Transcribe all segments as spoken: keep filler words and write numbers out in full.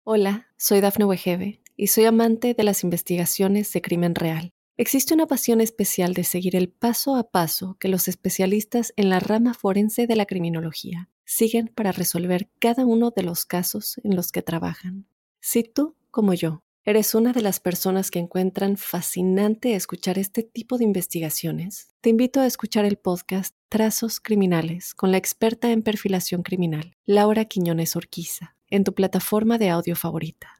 Hola, soy Dafne Wegebe y soy amante de las investigaciones de crimen real. Existe una pasión especial de seguir el paso a paso que los especialistas en la rama forense de la criminología siguen para resolver cada uno de los casos en los que trabajan. Si tú, como yo, eres una de las personas que encuentran fascinante escuchar este tipo de investigaciones, te invito a escuchar el podcast Trazos Criminales con la experta en perfilación criminal, Laura Quiñones Orquiza, en tu plataforma de audio favorita.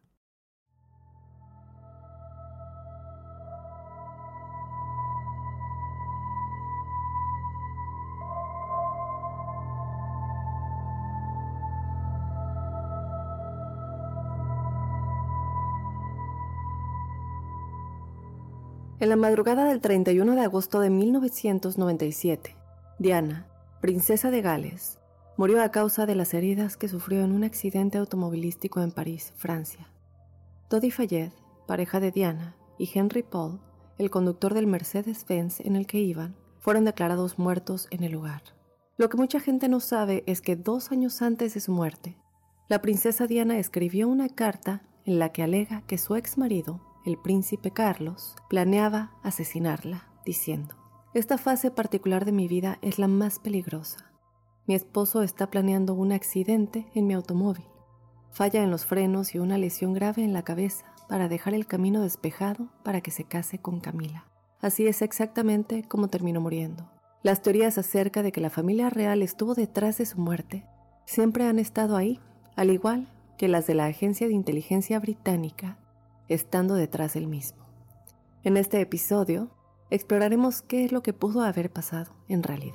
En la madrugada del treinta y uno de agosto de mil novecientos noventa y siete, Diana, princesa de Gales, murió a causa de las heridas que sufrió en un accidente automovilístico en París, Francia. Dodi Fayed, pareja de Diana, y Henry Paul, el conductor del Mercedes-Benz en el que iban, fueron declarados muertos en el lugar. Lo que mucha gente no sabe es que dos años antes de su muerte, la princesa Diana escribió una carta en la que alega que su ex marido, el príncipe Carlos, planeaba asesinarla, diciendo: «Esta fase particular de mi vida es la más peligrosa. Mi esposo está planeando un accidente en mi automóvil, falla en los frenos y una lesión grave en la cabeza para dejar el camino despejado para que se case con Camila». Así es exactamente como terminó muriendo. Las teorías acerca de que la familia real estuvo detrás de su muerte siempre han estado ahí, al igual que las de la Agencia de Inteligencia Británica, estando detrás del mismo. En este episodio, exploraremos qué es lo que pudo haber pasado en realidad.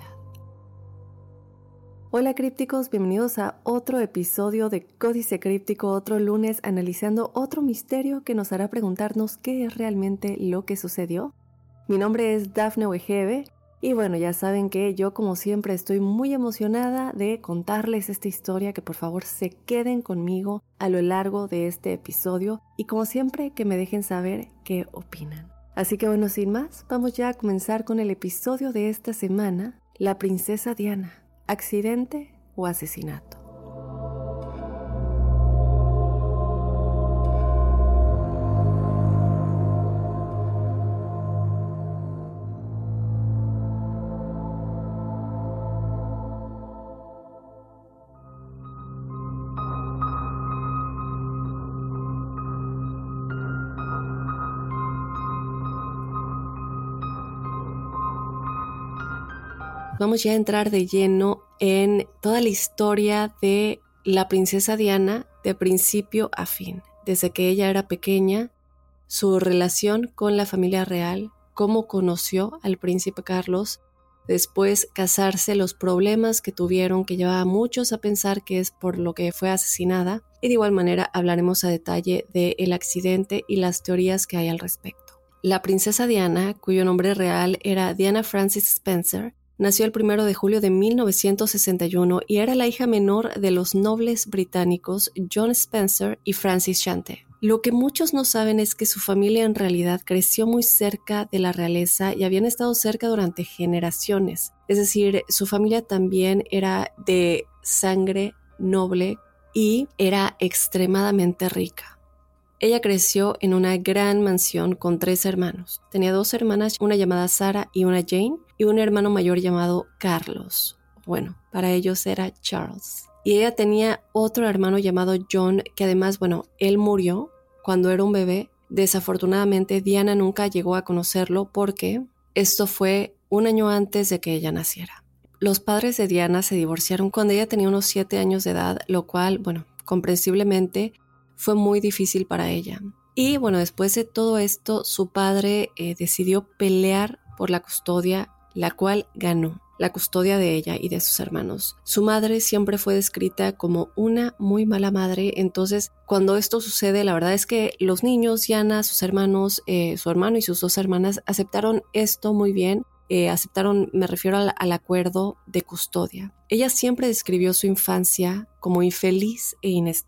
Hola crípticos, bienvenidos a otro episodio de Códice Críptico, otro lunes analizando otro misterio que nos hará preguntarnos qué es realmente lo que sucedió. Mi nombre es Dafne Wegebe y bueno, ya saben que yo como siempre estoy muy emocionada de contarles esta historia, que por favor se queden conmigo a lo largo de este episodio y como siempre que me dejen saber qué opinan. Así que bueno, sin más, vamos ya a comenzar con el episodio de esta semana, La princesa Diana, accidente o asesinato. Vamos ya a entrar de lleno en toda la historia de la princesa Diana de principio a fin. Desde que ella era pequeña, su relación con la familia real, cómo conoció al príncipe Carlos, después casarse, los problemas que tuvieron, que llevaba a muchos a pensar que es por lo que fue asesinada, y de igual manera hablaremos a detalle del accidente y las teorías que hay al respecto. La princesa Diana, cuyo nombre real era Diana Frances Spencer, nació el primero de julio de mil novecientos sesenta y uno y era la hija menor de los nobles británicos John Spencer y Frances Shante. Lo que muchos no saben es que su familia en realidad creció muy cerca de la realeza y habían estado cerca durante generaciones. Es decir, su familia también era de sangre noble y era extremadamente rica. Ella creció en una gran mansión con tres hermanos. Tenía dos hermanas, una llamada Sarah y una Jane, y un hermano mayor llamado Carlos. Bueno, para ellos era Charles. Y ella tenía otro hermano llamado John, que además, bueno, él murió cuando era un bebé. Desafortunadamente, Diana nunca llegó a conocerlo porque esto fue un año antes de que ella naciera. Los padres de Diana se divorciaron cuando ella tenía unos siete años de edad, lo cual, bueno, comprensiblemente, fue muy difícil para ella. Y bueno, después de todo esto, su padre eh, decidió pelear por la custodia, la cual ganó, la custodia de ella y de sus hermanos. Su madre siempre fue descrita como una muy mala madre, entonces cuando esto sucede, la verdad es que los niños, Diana, sus hermanos, eh, su hermano y sus dos hermanas aceptaron esto muy bien. Eh, aceptaron, me refiero al, al acuerdo de custodia. Ella siempre describió su infancia como infeliz e inestable.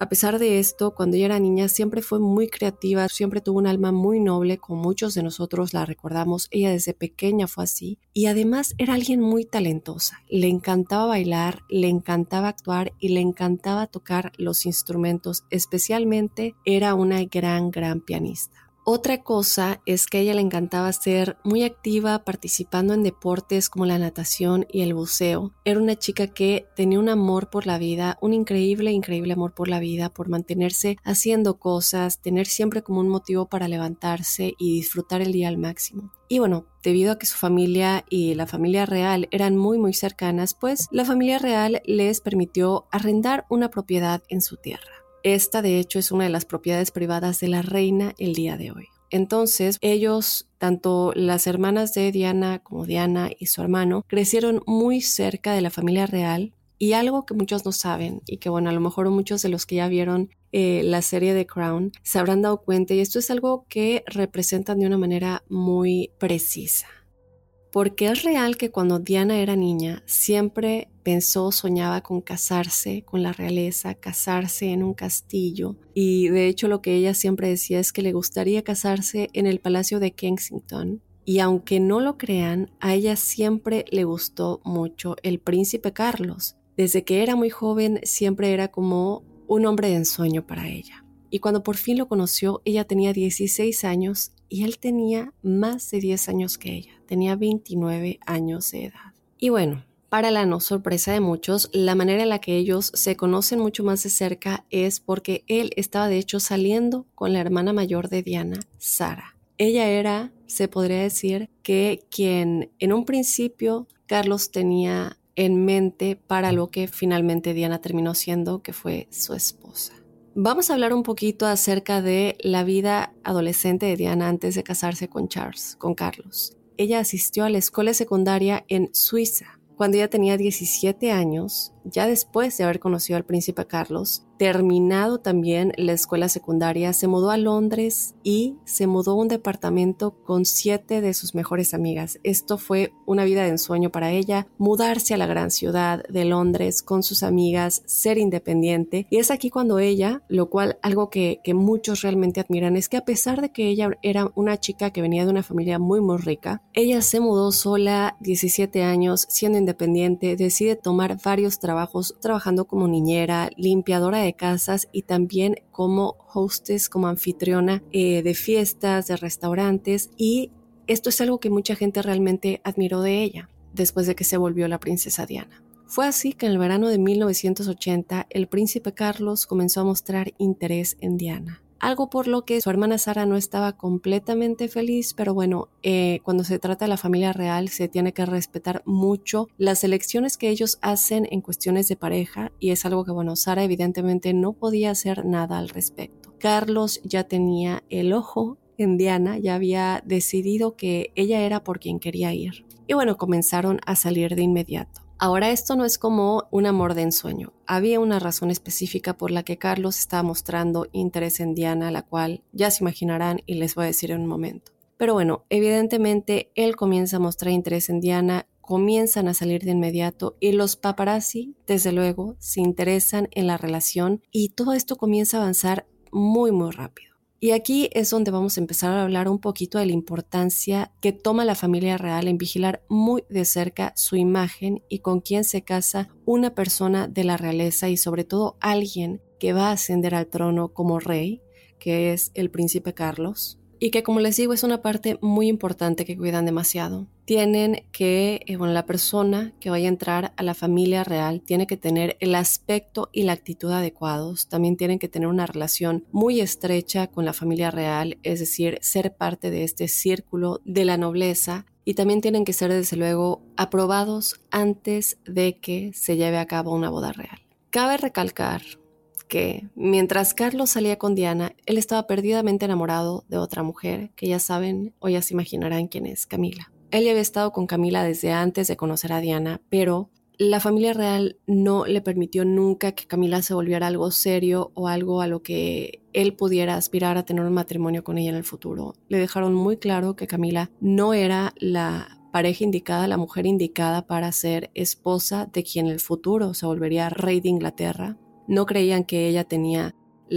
A pesar de esto, cuando ella era niña siempre fue muy creativa, siempre tuvo un alma muy noble, como muchos de nosotros la recordamos. Ella desde pequeña fue así y además era alguien muy talentosa. Le encantaba bailar, le encantaba actuar y le encantaba tocar los instrumentos, especialmente era una gran, gran pianista. Otra cosa es que a ella le encantaba ser muy activa participando en deportes como la natación y el buceo. Era una chica que tenía un amor por la vida, un increíble, increíble amor por la vida, por mantenerse haciendo cosas, tener siempre como un motivo para levantarse y disfrutar el día al máximo. Y bueno, debido a que su familia y la familia real eran muy muy cercanas, pues la familia real les permitió arrendar una propiedad en su tierra. Esta, de hecho, es una de las propiedades privadas de la reina el día de hoy. Entonces, ellos, tanto las hermanas de Diana como Diana y su hermano, crecieron muy cerca de la familia real. Y algo que muchos no saben, y que bueno, a lo mejor muchos de los que ya vieron eh, la serie de Crown se habrán dado cuenta, y esto es algo que representan de una manera muy precisa. Porque es real que cuando Diana era niña siempre pensó, soñaba con casarse con la realeza, casarse en un castillo, y de hecho lo que ella siempre decía es que le gustaría casarse en el Palacio de Kensington. Y aunque no lo crean, a ella siempre le gustó mucho el príncipe Carlos. Desde que era muy joven siempre era como un hombre de ensueño para ella. Y cuando por fin lo conoció, ella tenía dieciséis años y él tenía más de diez años que ella. Tenía veintinueve años de edad. Y bueno, para la no sorpresa de muchos, la manera en la que ellos se conocen mucho más de cerca es porque él estaba de hecho saliendo con la hermana mayor de Diana, Sara. Ella era, se podría decir, que quien en un principio Carlos tenía en mente para lo que finalmente Diana terminó siendo, que fue su esposa. Vamos a hablar un poquito acerca de la vida adolescente de Diana antes de casarse con Charles, con Carlos. Ella asistió a la escuela secundaria en Suiza. Cuando ella tenía diecisiete años, ya después de haber conocido al príncipe Carlos, terminado también la escuela secundaria, se mudó a Londres y se mudó a un departamento con siete de sus mejores amigas. Esto fue una vida de ensueño para ella, mudarse a la gran ciudad de Londres con sus amigas, ser independiente. Y es aquí cuando ella, lo cual algo que, que muchos realmente admiran, es que a pesar de que ella era una chica que venía de una familia muy muy rica, ella se mudó sola, diecisiete años, siendo independiente, decide tomar varios trabajos, trabajando como niñera, limpiadora de casas y también como hostess, como anfitriona eh, de fiestas, de restaurantes, y esto es algo que mucha gente realmente admiró de ella después de que se volvió la princesa Diana. Fue así que en el verano de mil novecientos ochenta el príncipe Carlos comenzó a mostrar interés en Diana. Algo por lo que su hermana Sara no estaba completamente feliz, pero bueno, eh, cuando se trata de la familia real se tiene que respetar mucho las elecciones que ellos hacen en cuestiones de pareja, y es algo que bueno, Sara evidentemente no podía hacer nada al respecto. Carlos ya tenía el ojo en Diana, ya había decidido que ella era por quien quería ir. Y bueno, comenzaron a salir de inmediato. Ahora, esto no es como un amor de ensueño. Había una razón específica por la que Carlos estaba mostrando interés en Diana, la cual ya se imaginarán y les voy a decir en un momento. Pero bueno, evidentemente él comienza a mostrar interés en Diana, comienzan a salir de inmediato y los paparazzi, desde luego, se interesan en la relación y todo esto comienza a avanzar muy muy rápido. Y aquí es donde vamos a empezar a hablar un poquito de la importancia que toma la familia real en vigilar muy de cerca su imagen y con quién se casa una persona de la realeza, y sobre todo alguien que va a ascender al trono como rey, que es el príncipe Carlos. Y que, como les digo, es una parte muy importante que cuidan demasiado. Tienen que, eh, bueno, la persona que vaya a entrar a la familia real tiene que tener el aspecto y la actitud adecuados. También tienen que tener una relación muy estrecha con la familia real, es decir, ser parte de este círculo de la nobleza. Y también tienen que ser, desde luego, aprobados antes de que se lleve a cabo una boda real. Cabe recalcar que mientras Carlos salía con Diana, él estaba perdidamente enamorado de otra mujer, que ya saben o ya se imaginarán quién es, Camila. Él ya había estado con Camila desde antes de conocer a Diana, pero la familia real no le permitió nunca que Camila se volviera algo serio o algo a lo que él pudiera aspirar a tener un matrimonio con ella en el futuro. Le dejaron muy claro que Camila no era la pareja indicada, la mujer indicada para ser esposa de quien en el futuro se volvería rey de Inglaterra. No creían que ella tenía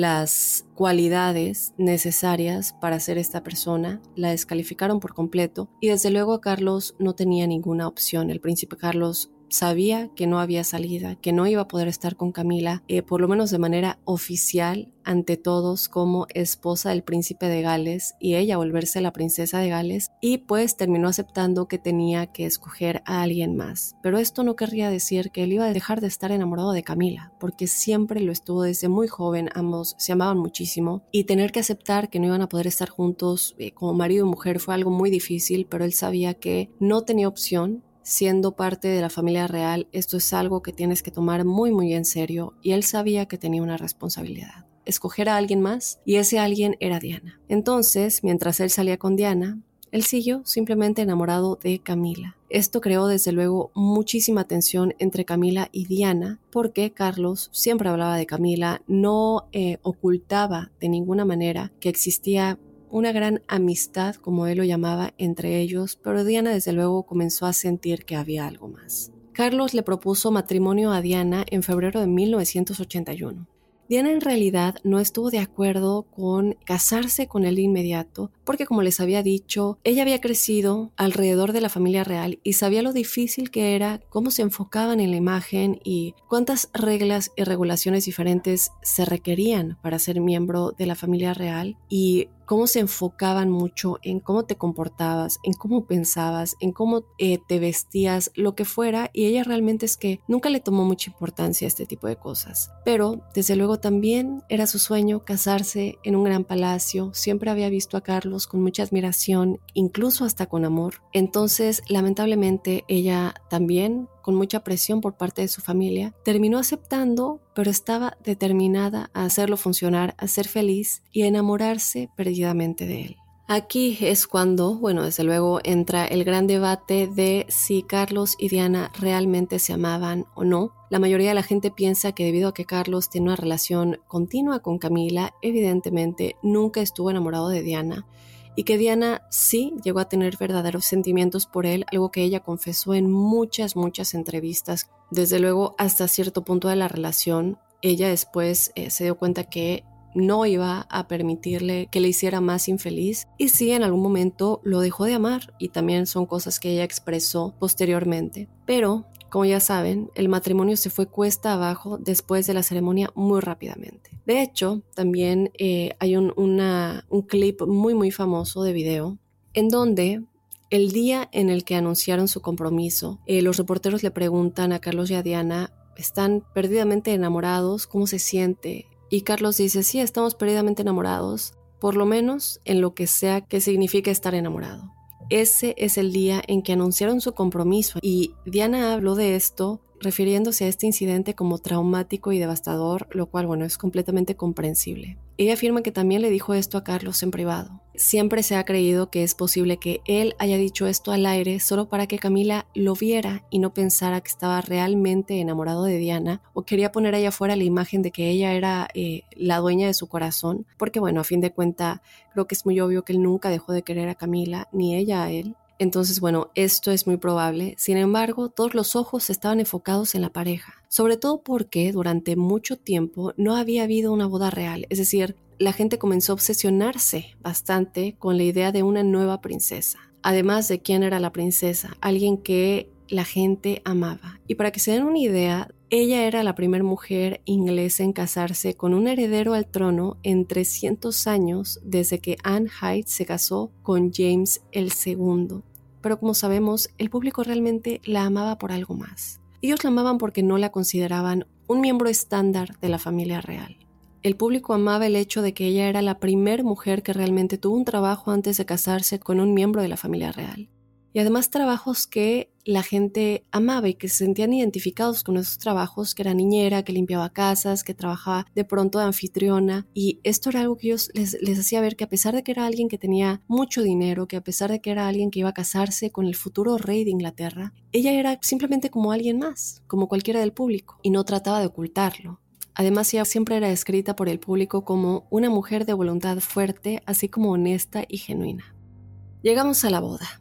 las cualidades necesarias para ser esta persona, la descalificaron por completo y desde luego Carlos no tenía ninguna opción. El príncipe Carlos sabía que no había salida, que no iba a poder estar con Camila, eh, por lo menos de manera oficial, ante todos como esposa del príncipe de Gales y ella volverse la princesa de Gales, y pues terminó aceptando que tenía que escoger a alguien más. Pero esto no querría decir que él iba a dejar de estar enamorado de Camila, porque siempre lo estuvo desde muy joven, ambos se amaban muchísimo, y tener que aceptar que no iban a poder estar juntos eh, como marido y mujer fue algo muy difícil, pero él sabía que no tenía opción. Siendo parte de la familia real, esto es algo que tienes que tomar muy muy en serio y él sabía que tenía una responsabilidad. Escoger a alguien más y ese alguien era Diana. Entonces, mientras él salía con Diana, él siguió simplemente enamorado de Camila. Esto creó desde luego muchísima tensión entre Camila y Diana porque Carlos siempre hablaba de Camila, no eh, ocultaba de ninguna manera que existía una gran amistad, como él lo llamaba, entre ellos, pero Diana desde luego comenzó a sentir que había algo más. Carlos le propuso matrimonio a Diana en febrero de mil novecientos ochenta y uno. Diana en realidad no estuvo de acuerdo con casarse con él de inmediato, porque como les había dicho, ella había crecido alrededor de la familia real y sabía lo difícil que era, cómo se enfocaban en la imagen y cuántas reglas y regulaciones diferentes se requerían para ser miembro de la familia real y cómo se enfocaban mucho en cómo te comportabas, en cómo pensabas, en cómo eh, te vestías, lo que fuera, y ella realmente es que nunca le tomó mucha importancia a este tipo de cosas. Pero desde luego también era su sueño casarse en un gran palacio, siempre había visto a Carlos con mucha admiración, incluso hasta con amor. Entonces, lamentablemente, ella también, con mucha presión por parte de su familia, terminó aceptando, pero estaba determinada a hacerlo funcionar, a ser feliz y a enamorarse perdidamente de él. Aquí es cuando, bueno, desde luego entra el gran debate de si Carlos y Diana realmente se amaban o no. La mayoría de la gente piensa que debido a que Carlos tiene una relación continua con Camila, evidentemente nunca estuvo enamorado de Diana, y que Diana sí llegó a tener verdaderos sentimientos por él, algo que ella confesó en muchas, muchas entrevistas. Desde luego, hasta cierto punto de la relación, ella después eh, se dio cuenta que no iba a permitirle que le hiciera más infeliz y sí, en algún momento lo dejó de amar y también son cosas que ella expresó posteriormente. Pero, como ya saben, el matrimonio se fue cuesta abajo después de la ceremonia muy rápidamente. De hecho, también eh, hay un, una, un clip muy muy famoso de video en donde el día en el que anunciaron su compromiso, eh, los reporteros le preguntan a Carlos y a Diana, ¿están perdidamente enamorados? ¿Cómo se siente? Y Carlos dice, sí, estamos perdidamente enamorados, por lo menos en lo que sea que signifique estar enamorado. Ese es el día en que anunciaron su compromiso y Diana habló de esto refiriéndose a este incidente como traumático y devastador, lo cual, bueno, es completamente comprensible. Ella afirma que también le dijo esto a Carlos en privado. Siempre se ha creído que es posible que él haya dicho esto al aire solo para que Camila lo viera y no pensara que estaba realmente enamorado de Diana o quería poner allá afuera la imagen de que ella era eh, la dueña de su corazón, porque bueno, a fin de cuentas creo que es muy obvio que él nunca dejó de querer a Camila, ni ella a él. Entonces, bueno, esto es muy probable. Sin embargo, todos los ojos estaban enfocados en la pareja, sobre todo porque durante mucho tiempo no había habido una boda real, es decir, la gente comenzó a obsesionarse bastante con la idea de una nueva princesa. Además de quién era la princesa, alguien que la gente amaba. Y para que se den una idea, ella era la primera mujer inglesa en casarse con un heredero al trono en trescientos años desde que Anne Hyde se casó con James el segundo. Pero como sabemos, el público realmente la amaba por algo más. Ellos la amaban porque no la consideraban un miembro estándar de la familia real. El público amaba el hecho de que ella era la primera mujer que realmente tuvo un trabajo antes de casarse con un miembro de la familia real. Y además trabajos que la gente amaba y que se sentían identificados con esos trabajos, que era niñera, que limpiaba casas, que trabajaba de pronto de anfitriona. Y esto era algo que ellos les, les hacía ver que a pesar de que era alguien que tenía mucho dinero, que a pesar de que era alguien que iba a casarse con el futuro rey de Inglaterra, ella era simplemente como alguien más, como cualquiera del público, y no trataba de ocultarlo. Además, ella siempre era descrita por el público como una mujer de voluntad fuerte, así como honesta y genuina. Llegamos a la boda.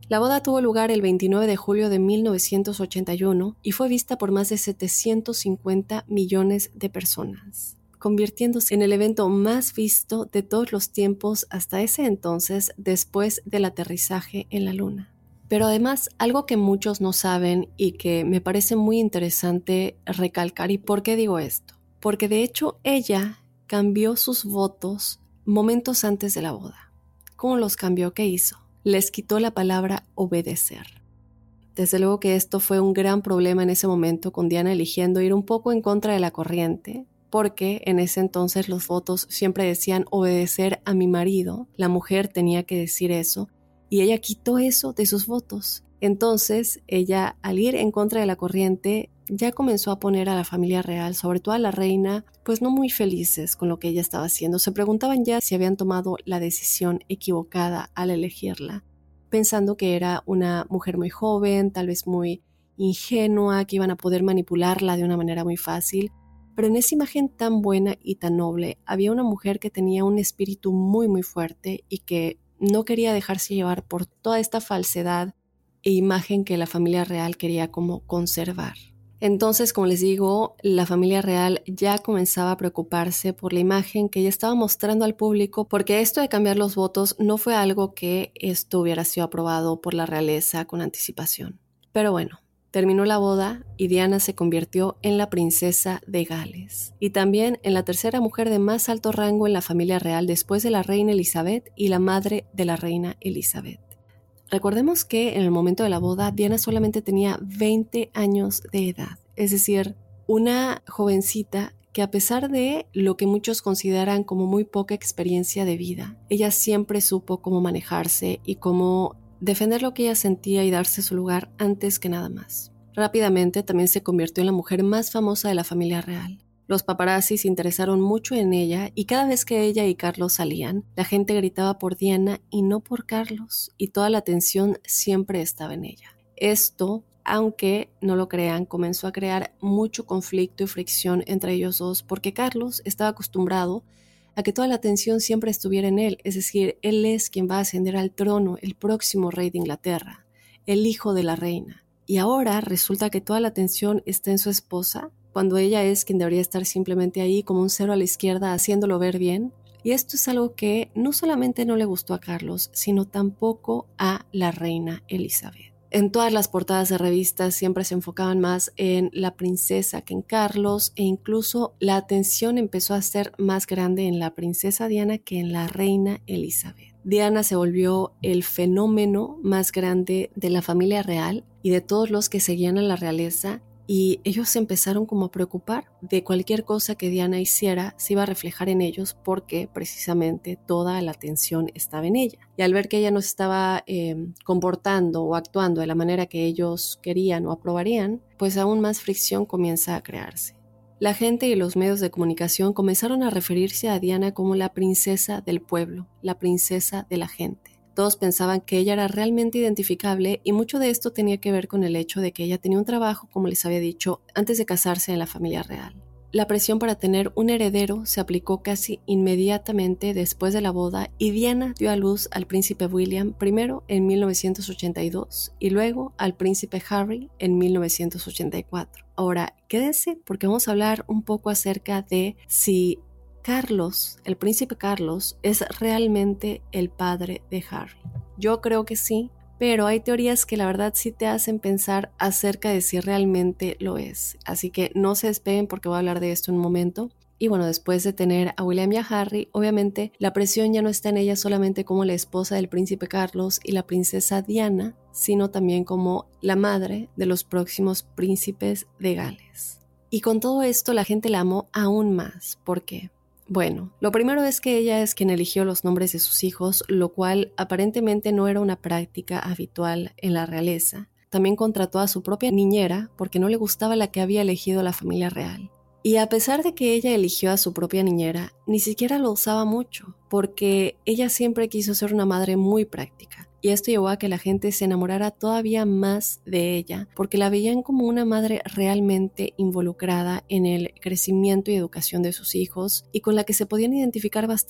La boda tuvo lugar el veintinueve de julio de mil novecientos ochenta y uno y fue vista por más de setecientos cincuenta millones de personas, convirtiéndose en el evento más visto de todos los tiempos hasta ese entonces, después del aterrizaje en la Luna. Pero además, algo que muchos no saben y que me parece muy interesante recalcar. ¿Y por qué digo esto? Porque de hecho ella cambió sus votos momentos antes de la boda. ¿Cómo los cambió? ¿Qué hizo? Les quitó la palabra obedecer. Desde luego que esto fue un gran problema en ese momento, con Diana eligiendo ir un poco en contra de la corriente, porque en ese entonces los votos siempre decían obedecer a mi marido, la mujer tenía que decir eso, y ella quitó eso de sus votos. Entonces ella, al ir en contra de la corriente, ya comenzó a poner a la familia real, sobre todo a la reina, pues no muy felices con lo que ella estaba haciendo. Se preguntaban ya si habían tomado la decisión equivocada al elegirla, pensando que era una mujer muy joven, tal vez muy ingenua, que iban a poder manipularla de una manera muy fácil. Pero en esa imagen tan buena y tan noble, había una mujer que tenía un espíritu muy muy fuerte y que no quería dejarse llevar por toda esta falsedad e imagen que la familia real quería como conservar. Entonces, como les digo, la familia real ya comenzaba a preocuparse por la imagen que ella estaba mostrando al público, porque esto de cambiar los votos no fue algo que esto hubiera sido aprobado por la realeza con anticipación. Pero bueno, terminó la boda y Diana se convirtió en la princesa de Gales y también en la tercera mujer de más alto rango en la familia real después de la reina Elizabeth y la madre de la reina Elizabeth. Recordemos que en el momento de la boda Diana solamente tenía veinte años de edad, es decir, una jovencita que a pesar de lo que muchos consideran como muy poca experiencia de vida, ella siempre supo cómo manejarse y cómo defender lo que ella sentía y darse su lugar antes que nada más. Rápidamente también se convirtió en la mujer más famosa de la familia real. Los paparazzi se interesaron mucho en ella y cada vez que ella y Carlos salían, la gente gritaba por Diana y no por Carlos, y toda la atención siempre estaba en ella. Esto, aunque no lo crean, comenzó a crear mucho conflicto y fricción entre ellos dos, porque Carlos estaba acostumbrado a que toda la atención siempre estuviera en él, es decir, él es quien va a ascender al trono, el próximo rey de Inglaterra, el hijo de la reina. Y ahora resulta que toda la atención está en su esposa, cuando ella es quien debería estar simplemente ahí como un cero a la izquierda haciéndolo ver bien. Y esto es algo que no solamente no le gustó a Carlos, sino tampoco a la reina Elizabeth. En todas las portadas de revistas siempre se enfocaban más en la princesa que en Carlos, e incluso la atención empezó a ser más grande en la princesa Diana que en la reina Elizabeth. Diana se volvió el fenómeno más grande de la familia real y de todos los que seguían a la realeza, y ellos se empezaron como a preocupar de cualquier cosa que Diana hiciera se iba a reflejar en ellos, porque precisamente toda la atención estaba en ella. Y al ver que ella no se estaba eh, comportando o actuando de la manera que ellos querían o aprobarían, pues aún más fricción comienza a crearse. La gente y los medios de comunicación comenzaron a referirse a Diana como la princesa del pueblo, la princesa de la gente. Todos pensaban que ella era realmente identificable, y mucho de esto tenía que ver con el hecho de que ella tenía un trabajo, como les había dicho, antes de casarse en la familia real. La presión para tener un heredero se aplicó casi inmediatamente después de la boda, y Diana dio a luz al príncipe William primero en mil novecientos ochenta y dos y luego al príncipe Harry en mil novecientos ochenta y cuatro. Ahora, quédense porque vamos a hablar un poco acerca de si Carlos, el príncipe Carlos, es realmente el padre de Harry. Yo creo que sí, pero hay teorías que la verdad sí te hacen pensar acerca de si realmente lo es. Así que no se despeguen porque voy a hablar de esto en un momento. Y bueno, después de tener a William y a Harry, obviamente la presión ya no está en ella solamente como la esposa del príncipe Carlos y la princesa Diana, sino también como la madre de los próximos príncipes de Gales. Y con todo esto la gente la amó aún más. ¿Por qué? Bueno, lo primero es que ella es quien eligió los nombres de sus hijos, lo cual aparentemente no era una práctica habitual en la realeza. También contrató a su propia niñera porque no le gustaba la que había elegido la familia real. Y a pesar de que ella eligió a su propia niñera, ni siquiera lo usaba mucho, porque ella siempre quiso ser una madre muy práctica. Y esto llevó a que la gente se enamorara todavía más de ella, porque la veían como una madre realmente involucrada en el crecimiento y educación de sus hijos y con la que se podían identificar bastante.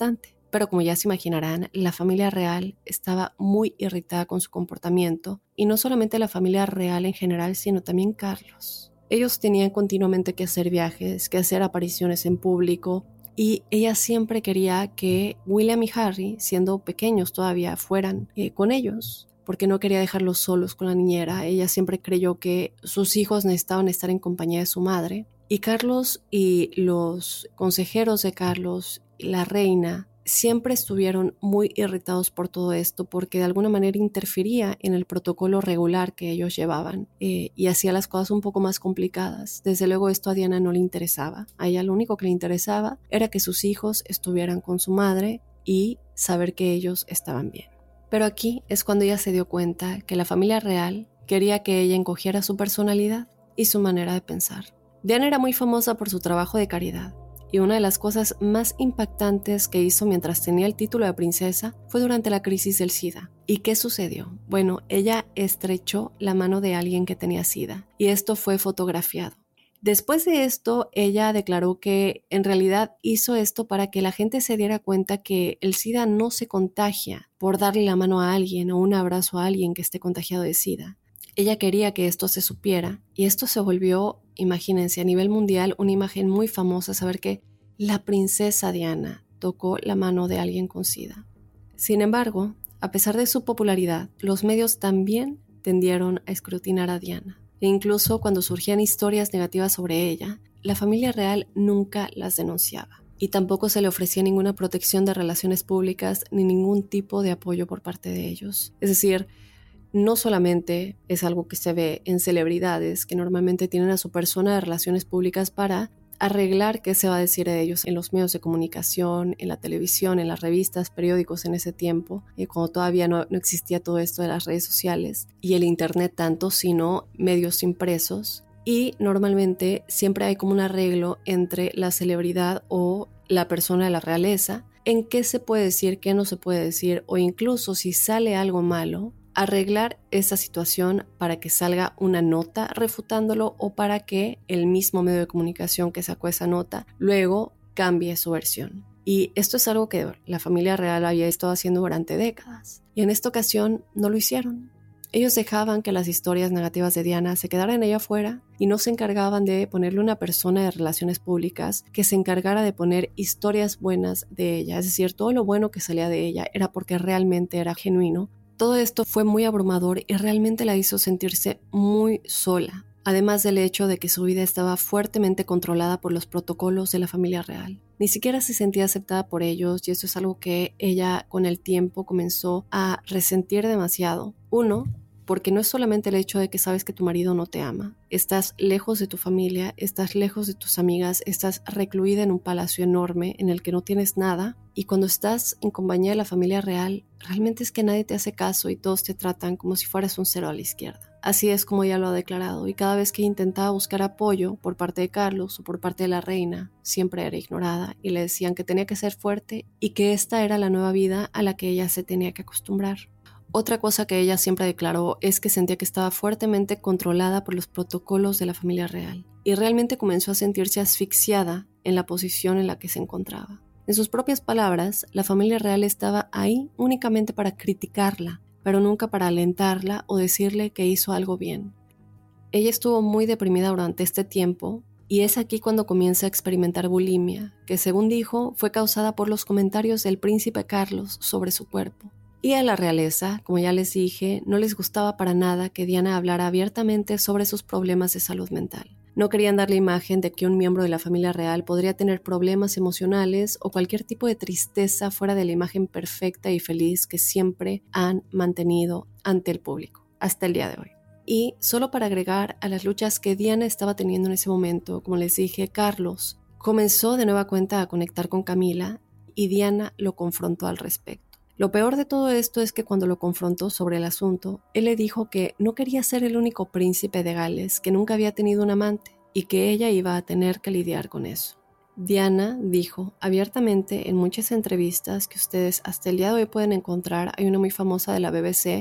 Pero como ya se imaginarán, la familia real estaba muy irritada con su comportamiento, y no solamente la familia real en general, sino también Carlos. Ellos tenían continuamente que hacer viajes, que hacer apariciones en público, y ella siempre quería que William y Harry, siendo pequeños todavía, fueran eh, con ellos, porque no quería dejarlos solos con la niñera. Ella siempre creyó que sus hijos necesitaban estar en compañía de su madre. Y Carlos y los consejeros de Carlos, la reina, siempre estuvieron muy irritados por todo esto, porque de alguna manera interfería en el protocolo regular que ellos llevaban eh, y hacía las cosas un poco más complicadas. Desde luego esto a Diana no le interesaba. A ella lo único que le interesaba era que sus hijos estuvieran con su madre y saber que ellos estaban bien. Pero aquí es cuando ella se dio cuenta que la familia real quería que ella encogiera su personalidad y su manera de pensar. Diana era muy famosa por su trabajo de caridad, y una de las cosas más impactantes que hizo mientras tenía el título de princesa fue durante la crisis del SIDA. ¿Y qué sucedió? Bueno, ella estrechó la mano de alguien que tenía SIDA, y esto fue fotografiado. Después de esto, ella declaró que en realidad hizo esto para que la gente se diera cuenta que el SIDA no se contagia por darle la mano a alguien o un abrazo a alguien que esté contagiado de SIDA. Ella quería que esto se supiera, y esto se volvió, imagínense, a nivel mundial una imagen muy famosa, saber que la princesa Diana tocó la mano de alguien con SIDA. Sin embargo, a pesar de su popularidad, los medios también tendieron a escrutinar a Diana. E incluso cuando surgían historias negativas sobre ella, la familia real nunca las denunciaba. Y tampoco se le ofrecía ninguna protección de relaciones públicas ni ningún tipo de apoyo por parte de ellos. Es decir, no solamente es algo que se ve en celebridades que normalmente tienen a su persona de relaciones públicas para arreglar qué se va a decir de ellos en los medios de comunicación, en la televisión, en las revistas, periódicos en ese tiempo, eh, cuando todavía no, no existía todo esto de las redes sociales y el internet tanto, sino medios impresos. Y normalmente siempre hay como un arreglo entre la celebridad o la persona de la realeza en qué se puede decir, qué no se puede decir, o incluso si sale algo malo, arreglar esa situación para que salga una nota refutándolo o para que el mismo medio de comunicación que sacó esa nota luego cambie su versión. Y esto es algo que la familia real había estado haciendo durante décadas. Y en esta ocasión no lo hicieron. Ellos dejaban que las historias negativas de Diana se quedaran allá afuera y no se encargaban de ponerle una persona de relaciones públicas que se encargara de poner historias buenas de ella. Es decir, todo lo bueno que salía de ella era porque realmente era genuino. Todo esto fue muy abrumador y realmente la hizo sentirse muy sola, además del hecho de que su vida estaba fuertemente controlada por los protocolos de la familia real. Ni siquiera se sentía aceptada por ellos, y eso es algo que ella con el tiempo comenzó a resentir demasiado. Uno, porque no es solamente el hecho de que sabes que tu marido no te ama. Estás lejos de tu familia, estás lejos de tus amigas, estás recluida en un palacio enorme en el que no tienes nada, y cuando estás en compañía de la familia real, realmente es que nadie te hace caso y todos te tratan como si fueras un cero a la izquierda. Así es como ella lo ha declarado, y cada vez que intentaba buscar apoyo por parte de Carlos o por parte de la reina, siempre era ignorada y le decían que tenía que ser fuerte y que esta era la nueva vida a la que ella se tenía que acostumbrar. Otra cosa que ella siempre declaró es que sentía que estaba fuertemente controlada por los protocolos de la familia real, y realmente comenzó a sentirse asfixiada en la posición en la que se encontraba. En sus propias palabras, la familia real estaba ahí únicamente para criticarla, pero nunca para alentarla o decirle que hizo algo bien. Ella estuvo muy deprimida durante este tiempo, y es aquí cuando comienza a experimentar bulimia, que según dijo fue causada por los comentarios del príncipe Carlos sobre su cuerpo. Y a la realeza, como ya les dije, no les gustaba para nada que Diana hablara abiertamente sobre sus problemas de salud mental. No querían dar la imagen de que un miembro de la familia real podría tener problemas emocionales o cualquier tipo de tristeza fuera de la imagen perfecta y feliz que siempre han mantenido ante el público, hasta el día de hoy. Y solo para agregar a las luchas que Diana estaba teniendo en ese momento, como les dije, Carlos comenzó de nueva cuenta a conectar con Camila y Diana lo confrontó al respecto. Lo peor de todo esto es que cuando lo confrontó sobre el asunto, él le dijo que no quería ser el único príncipe de Gales, que nunca había tenido un amante y que ella iba a tener que lidiar con eso. Diana dijo abiertamente en muchas entrevistas que ustedes hasta el día de hoy pueden encontrar, hay una muy famosa de la B B C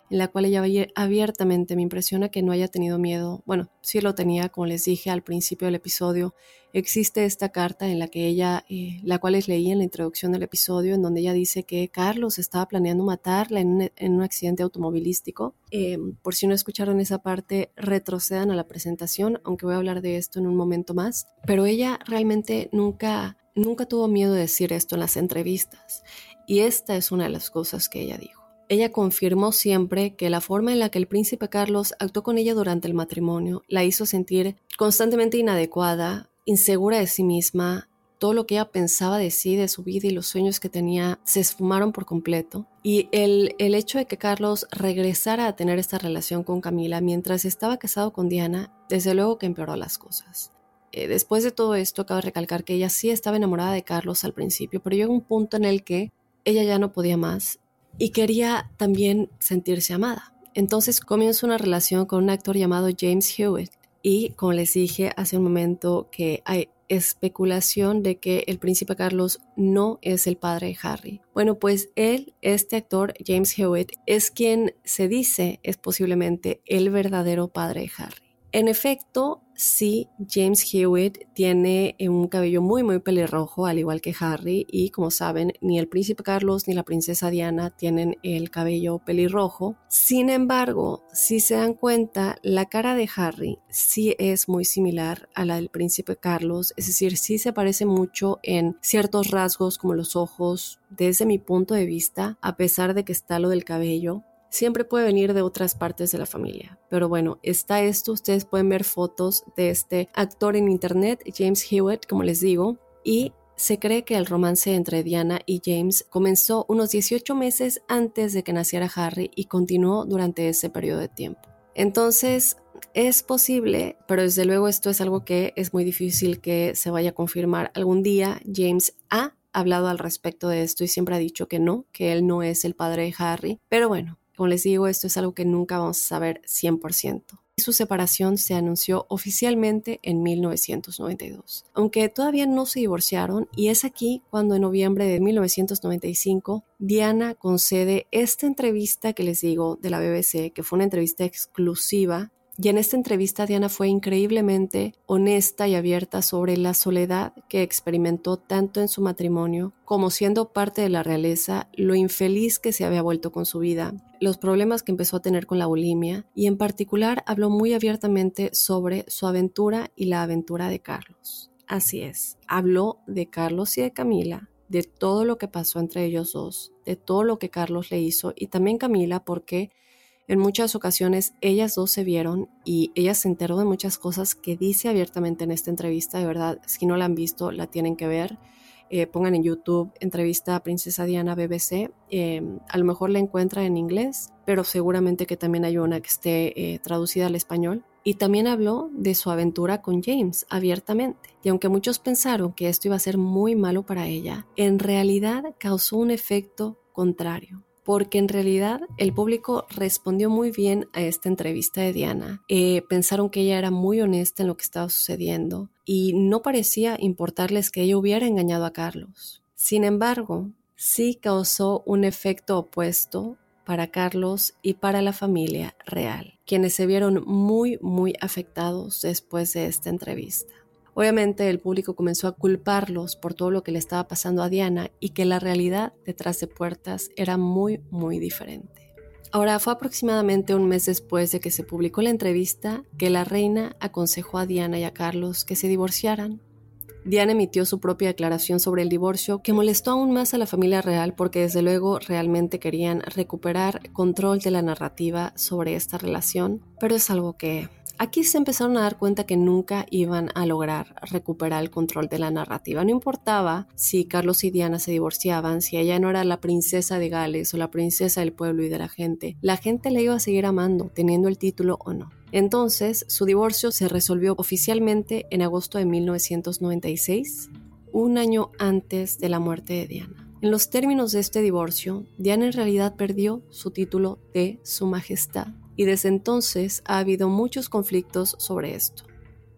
en la cual ella abiertamente me impresiona que no haya tenido miedo. Bueno, sí lo tenía, como les dije al principio del episodio. Existe esta carta en la que ella, eh, la cual les leí en la introducción del episodio, en donde ella dice que Carlos estaba planeando matarla en un, en un accidente automovilístico. Eh, por si no escucharon esa parte, retrocedan a la presentación, aunque voy a hablar de esto en un momento más. Pero ella realmente nunca, nunca tuvo miedo de decir esto en las entrevistas. Y esta es una de las cosas que ella dijo. Ella confirmó siempre que la forma en la que el príncipe Carlos actuó con ella durante el matrimonio la hizo sentir constantemente inadecuada, insegura de sí misma. Todo lo que ella pensaba de sí, de su vida y los sueños que tenía se esfumaron por completo. Y el, el hecho de que Carlos regresara a tener esta relación con Camila mientras estaba casado con Diana, desde luego que empeoró las cosas. Eh, después de todo esto, acabo de recalcar que ella sí estaba enamorada de Carlos al principio, pero llegó un punto en el que ella ya no podía más y quería también sentirse amada. Entonces comienza una relación con un actor llamado James Hewitt. Y como les dije hace un momento que hay especulación de que el príncipe Carlos no es el padre de Harry. Bueno, pues él, este actor James Hewitt, es quien se dice es posiblemente el verdadero padre de Harry. En efecto, sí, James Hewitt tiene un cabello muy muy pelirrojo, al igual que Harry, y como saben, ni el príncipe Carlos ni la princesa Diana tienen el cabello pelirrojo. Sin embargo, si se dan cuenta, la cara de Harry sí es muy similar a la del príncipe Carlos, es decir, sí se parece mucho en ciertos rasgos como los ojos, desde mi punto de vista, a pesar de que está lo del cabello. Siempre puede venir de otras partes de la familia. Pero bueno, está esto. Ustedes pueden ver fotos de este actor en internet, James Hewitt, como les digo. Y se cree que el romance entre Diana y James comenzó unos dieciocho meses antes de que naciera Harry y continuó durante ese periodo de tiempo. Entonces, es posible, pero desde luego esto es algo que es muy difícil que se vaya a confirmar. Algún día James ha hablado al respecto de esto y siempre ha dicho que no, que él no es el padre de Harry. Pero bueno, como les digo, esto es algo que nunca vamos a saber cien por ciento. Su separación se anunció oficialmente en mil novecientos noventa y dos, aunque todavía no se divorciaron, y es aquí cuando en noviembre de mil novecientos noventa y cinco Diana concede esta entrevista que les digo de la B B C, que fue una entrevista exclusiva. Y en esta entrevista Diana fue increíblemente honesta y abierta sobre la soledad que experimentó tanto en su matrimonio como siendo parte de la realeza, lo infeliz que se había vuelto con su vida, los problemas que empezó a tener con la bulimia, y en particular habló muy abiertamente sobre su aventura y la aventura de Carlos. Así es, habló de Carlos y de Camila, de todo lo que pasó entre ellos dos, de todo lo que Carlos le hizo y también Camila, porque en muchas ocasiones ellas dos se vieron y ella se enteró de muchas cosas que dice abiertamente en esta entrevista. De verdad, si no la han visto, la tienen que ver. Eh, pongan en YouTube entrevista a Princesa Diana B B C. Eh, a lo mejor la encuentran en inglés, pero seguramente que también hay una que esté eh, traducida al español. Y también habló de su aventura con James abiertamente. Y aunque muchos pensaron que esto iba a ser muy malo para ella, en realidad causó un efecto contrario. Porque en realidad el público respondió muy bien a esta entrevista de Diana. Eh, pensaron que ella era muy honesta en lo que estaba sucediendo y no parecía importarles que ella hubiera engañado a Carlos. Sin embargo, sí causó un efecto opuesto para Carlos y para la familia real, quienes se vieron muy, muy afectados después de esta entrevista. Obviamente el público comenzó a culparlos por todo lo que le estaba pasando a Diana y que la realidad detrás de puertas era muy, muy diferente. Ahora, fue aproximadamente un mes después de que se publicó la entrevista que la reina aconsejó a Diana y a Carlos que se divorciaran. Diana emitió su propia declaración sobre el divorcio, que molestó aún más a la familia real porque desde luego realmente querían recuperar control de la narrativa sobre esta relación, pero es algo que aquí se empezaron a dar cuenta que nunca iban a lograr recuperar el control de la narrativa. No importaba si Carlos y Diana se divorciaban, si ella no era la princesa de Gales o la princesa del pueblo y de la gente. La gente le iba a seguir amando, teniendo el título o no. Entonces, su divorcio se resolvió oficialmente en agosto de mil novecientos noventa y seis, un año antes de la muerte de Diana. En los términos de este divorcio, Diana en realidad perdió su título de Su Majestad. Y desde entonces ha habido muchos conflictos sobre esto.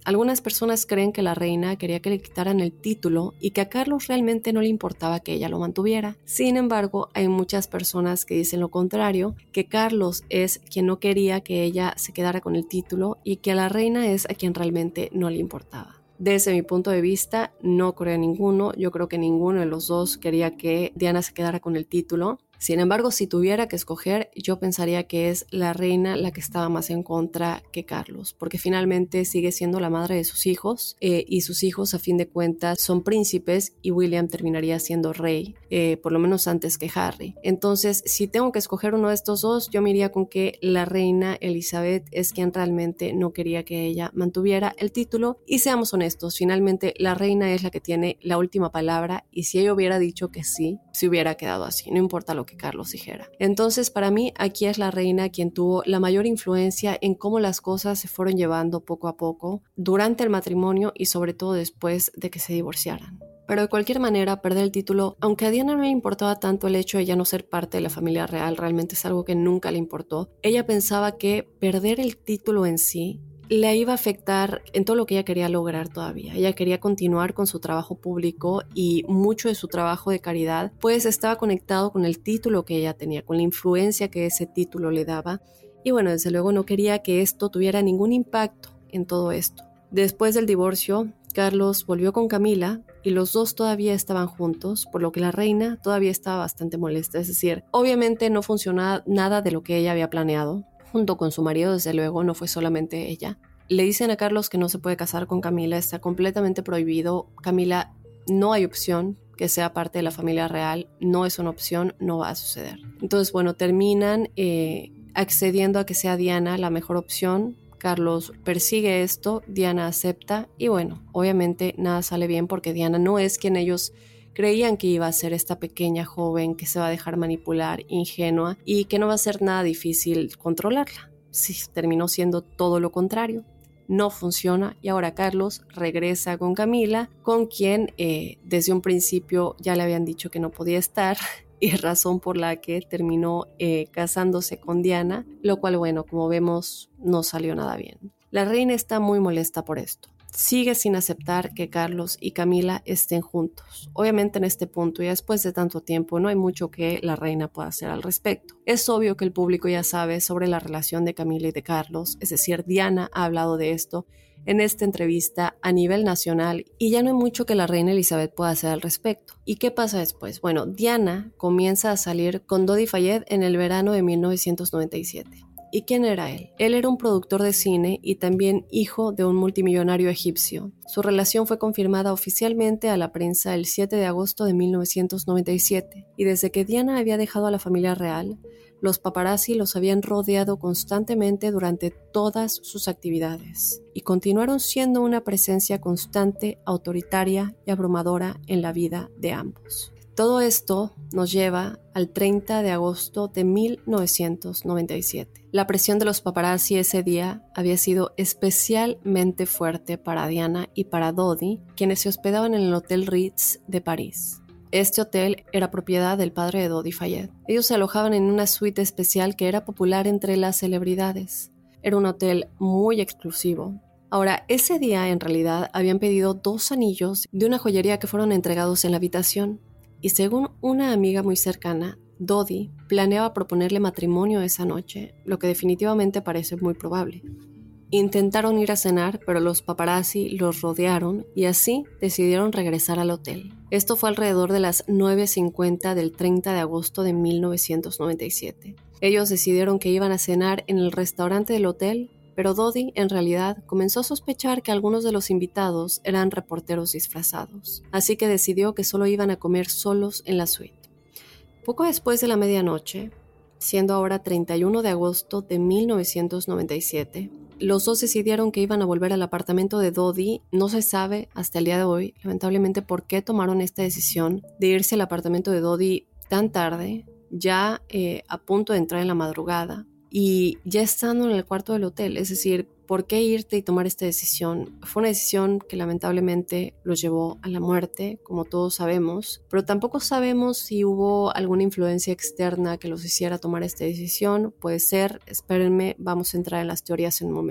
Algunas personas creen que la reina quería que le quitaran el título y que a Carlos realmente no le importaba que ella lo mantuviera. Sin embargo, hay muchas personas que dicen lo contrario, que Carlos es quien no quería que ella se quedara con el título y que a la reina es a quien realmente no le importaba. Desde mi punto de vista, no creo en ninguno. Yo creo que ninguno de los dos quería que Diana se quedara con el título. Sin embargo, si tuviera que escoger, yo pensaría que es la reina la que estaba más en contra que Carlos, porque finalmente sigue siendo la madre de sus hijos eh, y sus hijos a fin de cuentas son príncipes y William terminaría siendo rey, eh, por lo menos antes que Harry. Entonces, si tengo que escoger uno de estos dos, yo me iría con que la reina Elizabeth es quien realmente no quería que ella mantuviera el título. Y seamos honestos, finalmente la reina es la que tiene la última palabra y si ella hubiera dicho que sí, se hubiera quedado así, no importa lo que Carlos dijera. Entonces, para mí, aquí es la reina quien tuvo la mayor influencia en cómo las cosas se fueron llevando poco a poco durante el matrimonio y sobre todo después de que se divorciaran. Pero de cualquier manera, perder el título, aunque a Diana no le importaba tanto el hecho de ya no ser parte de la familia real, realmente es algo que nunca le importó. Ella pensaba que perder el título en sí le iba a afectar en todo lo que ella quería lograr todavía. Ella quería continuar con su trabajo público y mucho de su trabajo de caridad pues estaba conectado con el título que ella tenía, con la influencia que ese título le daba. Y bueno, desde luego no quería que esto tuviera ningún impacto en todo esto. Después del divorcio, Carlos volvió con Camila y los dos todavía estaban juntos, por lo que la reina todavía estaba bastante molesta. Es decir, obviamente no funcionaba nada de lo que ella había planeado. Junto con su marido, desde luego, no fue solamente ella. Le dicen a Carlos que no se puede casar con Camila, está completamente prohibido. Camila, no hay opción que sea parte de la familia real, no es una opción, no va a suceder. Entonces, bueno, terminan eh, accediendo a que sea Diana la mejor opción. Carlos persigue esto, Diana acepta y bueno, obviamente nada sale bien porque Diana no es quien ellos creían que iba a ser esta pequeña joven que se va a dejar manipular, ingenua y que no va a ser nada difícil controlarla. Sí, terminó siendo todo lo contrario. No funciona y ahora Carlos regresa con Camila, con quien eh, desde un principio ya le habían dicho que no podía estar y razón por la que terminó eh, casándose con Diana, lo cual, bueno, como vemos, no salió nada bien. La reina está muy molesta por esto. Sigue sin aceptar que Carlos y Camila estén juntos. Obviamente en este punto y después de tanto tiempo no hay mucho que la reina pueda hacer al respecto. Es obvio que el público ya sabe sobre la relación de Camila y de Carlos, es decir, Diana ha hablado de esto en esta entrevista a nivel nacional y ya no hay mucho que la reina Elizabeth pueda hacer al respecto. ¿Y qué pasa después? Bueno, Diana comienza a salir con Dodi Fayed en el verano de mil novecientos noventa y siete. ¿Y quién era él? Él era un productor de cine y también hijo de un multimillonario egipcio. Su relación fue confirmada oficialmente a la prensa el siete de agosto de mil novecientos noventa y siete, y desde que Diana había dejado a la familia real, los paparazzi los habían rodeado constantemente durante todas sus actividades y continuaron siendo una presencia constante, autoritaria y abrumadora en la vida de ambos. Todo esto nos lleva al treinta de agosto de mil novecientos noventa y siete. La presión de los paparazzi ese día había sido especialmente fuerte para Diana y para Dodi, quienes se hospedaban en el Hotel Ritz de París. Este hotel era propiedad del padre de Dodi Fayed. Ellos se alojaban en una suite especial que era popular entre las celebridades. Era un hotel muy exclusivo. Ahora, ese día en realidad habían pedido dos anillos de una joyería que fueron entregados en la habitación. Y según una amiga muy cercana, Dodi planeaba proponerle matrimonio esa noche, lo que definitivamente parece muy probable. Intentaron ir a cenar, pero los paparazzi los rodearon y así decidieron regresar al hotel. Esto fue alrededor de las nueve cincuenta del treinta de agosto de mil novecientos noventa y siete. Ellos decidieron que iban a cenar en el restaurante del hotel, pero Dodi en realidad comenzó a sospechar que algunos de los invitados eran reporteros disfrazados, así que decidió que solo iban a comer solos en la suite. Poco después de la medianoche, siendo ahora treinta y uno de agosto de mil novecientos noventa y siete, los dos decidieron que iban a volver al apartamento de Dodi. No se sabe hasta el día de hoy, lamentablemente, por qué tomaron esta decisión de irse al apartamento de Dodi tan tarde, ya eh, a punto de entrar en la madrugada. Y ya estando en el cuarto del hotel, es decir, ¿por qué irte y tomar esta decisión? Fue una decisión que lamentablemente los llevó a la muerte, como todos sabemos, pero tampoco sabemos si hubo alguna influencia externa que los hiciera tomar esta decisión. Puede ser, espérenme, vamos a entrar en las teorías en un momento.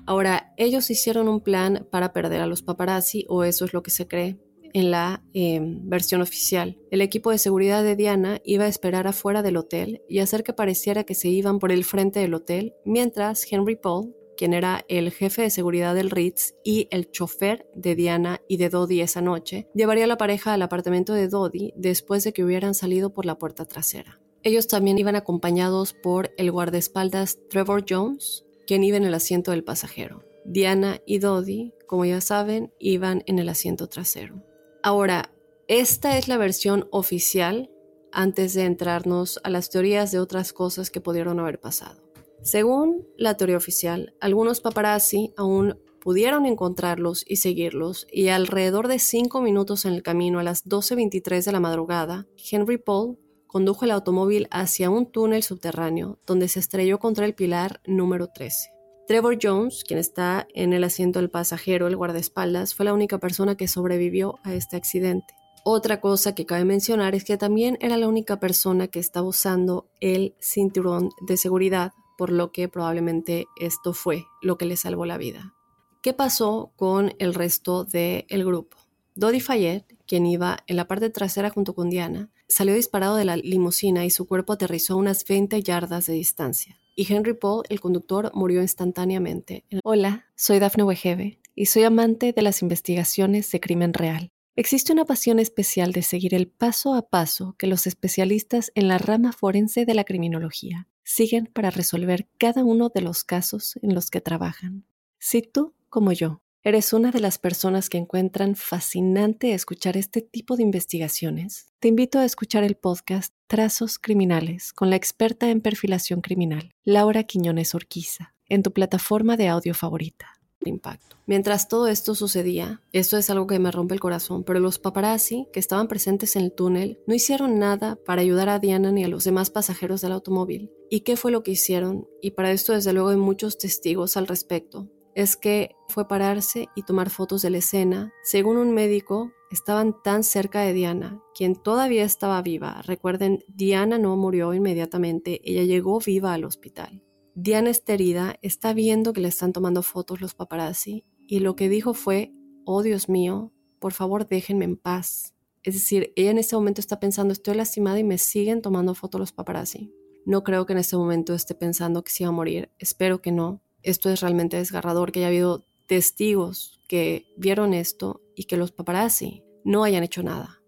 Ahora, ellos hicieron un plan para perder a los paparazzi, o eso es lo que se cree en la eh, versión oficial. El equipo de seguridad de Diana iba a esperar afuera del hotel y hacer que pareciera que se iban por el frente del hotel, mientras Henry Paul, quien era el jefe de seguridad del Ritz y el chofer de Diana y de Dodi esa noche, llevaría a la pareja al apartamento de Dodi después de que hubieran salido por la puerta trasera. Ellos también iban acompañados por el guardaespaldas Trevor Jones, quien iba en el asiento del pasajero. Diana y Dodi, como ya saben, iban en el asiento trasero. Ahora, esta es la versión oficial antes de entrarnos a las teorías de otras cosas que pudieron haber pasado. Según la teoría oficial, algunos paparazzi aún pudieron encontrarlos y seguirlos, y alrededor de cinco minutos en el camino a las doce veintitrés de la madrugada, Henry Paul condujo el automóvil hacia un túnel subterráneo donde se estrelló contra el pilar número trece. Trevor Jones, quien está en el asiento del pasajero, el guardaespaldas, fue la única persona que sobrevivió a este accidente. Otra cosa que cabe mencionar es que también era la única persona que estaba usando el cinturón de seguridad, por lo que probablemente esto fue lo que le salvó la vida. ¿Qué pasó con el resto del grupo? Dodi Fayette, quien iba en la parte trasera junto con Diana, salió disparado de la limusina y su cuerpo aterrizó a unas veinte yardas de distancia. Y Henry Paul, el conductor, murió instantáneamente. Hola, soy Dafne Wegebe y soy amante de las investigaciones de crimen real. Existe una pasión especial de seguir el paso a paso que los especialistas en la rama forense de la criminología siguen para resolver cada uno de los casos en los que trabajan. Si tú, como yo, eres una de las personas que encuentran fascinante escuchar este tipo de investigaciones, te invito a escuchar el podcast Trazos Criminales con la experta en perfilación criminal, Laura Quiñones Orquiza, en tu plataforma de audio favorita. Impacto. Mientras todo esto sucedía, esto es algo que me rompe el corazón, pero los paparazzi que estaban presentes en el túnel no hicieron nada para ayudar a Diana ni a los demás pasajeros del automóvil. ¿Y qué fue lo que hicieron? Y para esto desde luego hay muchos testigos al respecto. Es que fue pararse y tomar fotos de la escena. Según un médico, estaban tan cerca de Diana, quien todavía estaba viva. Recuerden, Diana no murió inmediatamente, ella llegó viva al hospital. Diana está herida, está viendo que le están tomando fotos los paparazzi y lo que dijo fue, oh Dios mío, por favor déjenme en paz. Es decir, ella en este momento está pensando, estoy lastimada y me siguen tomando fotos los paparazzi. No creo que en este momento esté pensando que se iba a morir, espero que no. Esto es realmente desgarrador, que haya habido testigos que vieron esto y que los paparazzi no hayan hecho nada.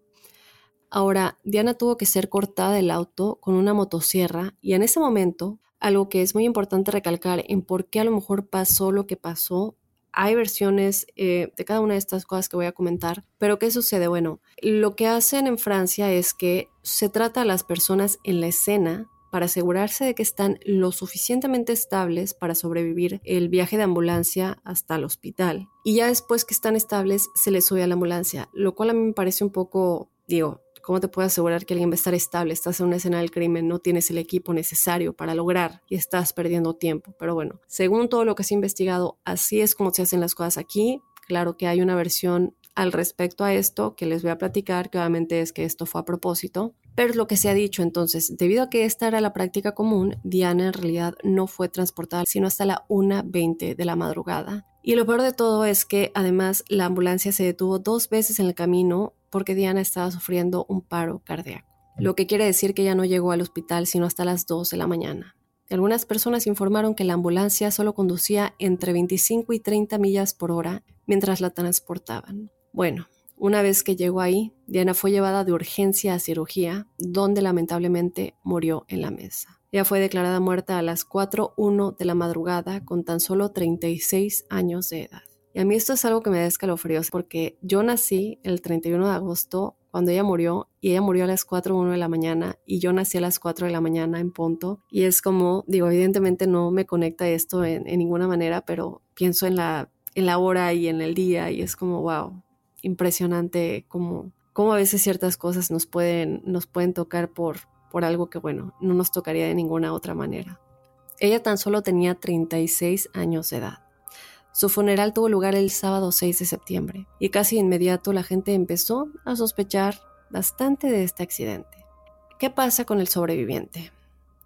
Ahora, Diana tuvo que ser cortada del auto con una motosierra y en ese momento, algo que es muy importante recalcar en por qué a lo mejor pasó lo que pasó, hay versiones eh, de cada una de estas cosas que voy a comentar, pero ¿qué sucede? Bueno, lo que hacen en Francia es que se trata a las personas en la escena para asegurarse de que están lo suficientemente estables para sobrevivir el viaje de ambulancia hasta el hospital. Y ya después que están estables, se les sube a la ambulancia, lo cual a mí me parece un poco, digo, ¿cómo te puedes asegurar que alguien va a estar estable? Estás en una escena del crimen, no tienes el equipo necesario para lograr y estás perdiendo tiempo. Pero bueno, según todo lo que se ha investigado, así es como se hacen las cosas aquí. Claro que hay una versión al respecto a esto que les voy a platicar, que obviamente es que esto fue a propósito. Pero es lo que se ha dicho entonces, debido a que esta era la práctica común, Diana en realidad no fue transportada sino hasta la una veinte de la madrugada. Y lo peor de todo es que además la ambulancia se detuvo dos veces en el camino porque Diana estaba sufriendo un paro cardíaco, lo que quiere decir que ella no llegó al hospital sino hasta las dos de la mañana. Algunas personas informaron que la ambulancia solo conducía entre veinticinco y treinta millas por hora mientras la transportaban. Bueno, una vez que llegó ahí, Diana fue llevada de urgencia a cirugía, donde lamentablemente murió en la mesa. Ella fue declarada muerta a las cuatro uno de la madrugada con tan solo treinta y seis años de edad. Y a mí esto es algo que me da escalofríos porque yo nací el treinta y uno de agosto cuando ella murió y ella murió a las cuatro uno de la mañana y yo nací a las cuatro de la mañana en punto. Y es como, digo, evidentemente no me conecta esto en, en ninguna manera, pero pienso en la, en la hora y en el día y es como, wow, impresionante como, como a veces ciertas cosas nos pueden, nos pueden tocar por, por algo que, bueno, no nos tocaría de ninguna otra manera. Ella tan solo tenía treinta y seis años de edad. Su funeral tuvo lugar el sábado seis de septiembre y casi de inmediato la gente empezó a sospechar bastante de este accidente. ¿Qué pasa con el sobreviviente?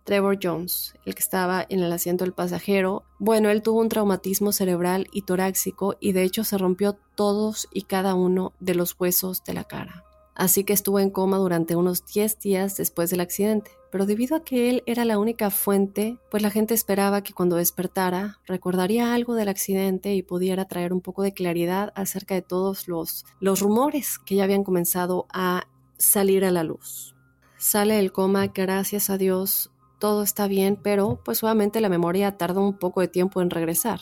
Trevor Jones, el que estaba en el asiento del pasajero. Bueno, él tuvo un traumatismo cerebral y torácico y de hecho se rompió todos y cada uno de los huesos de la cara. Así que estuvo en coma durante unos diez días después del accidente. Pero debido a que él era la única fuente, pues la gente esperaba que cuando despertara recordaría algo del accidente y pudiera traer un poco de claridad acerca de todos los, los rumores que ya habían comenzado a salir a la luz. Sale del coma, gracias a Dios, todo está bien, pero pues obviamente la memoria tarda un poco de tiempo en regresar.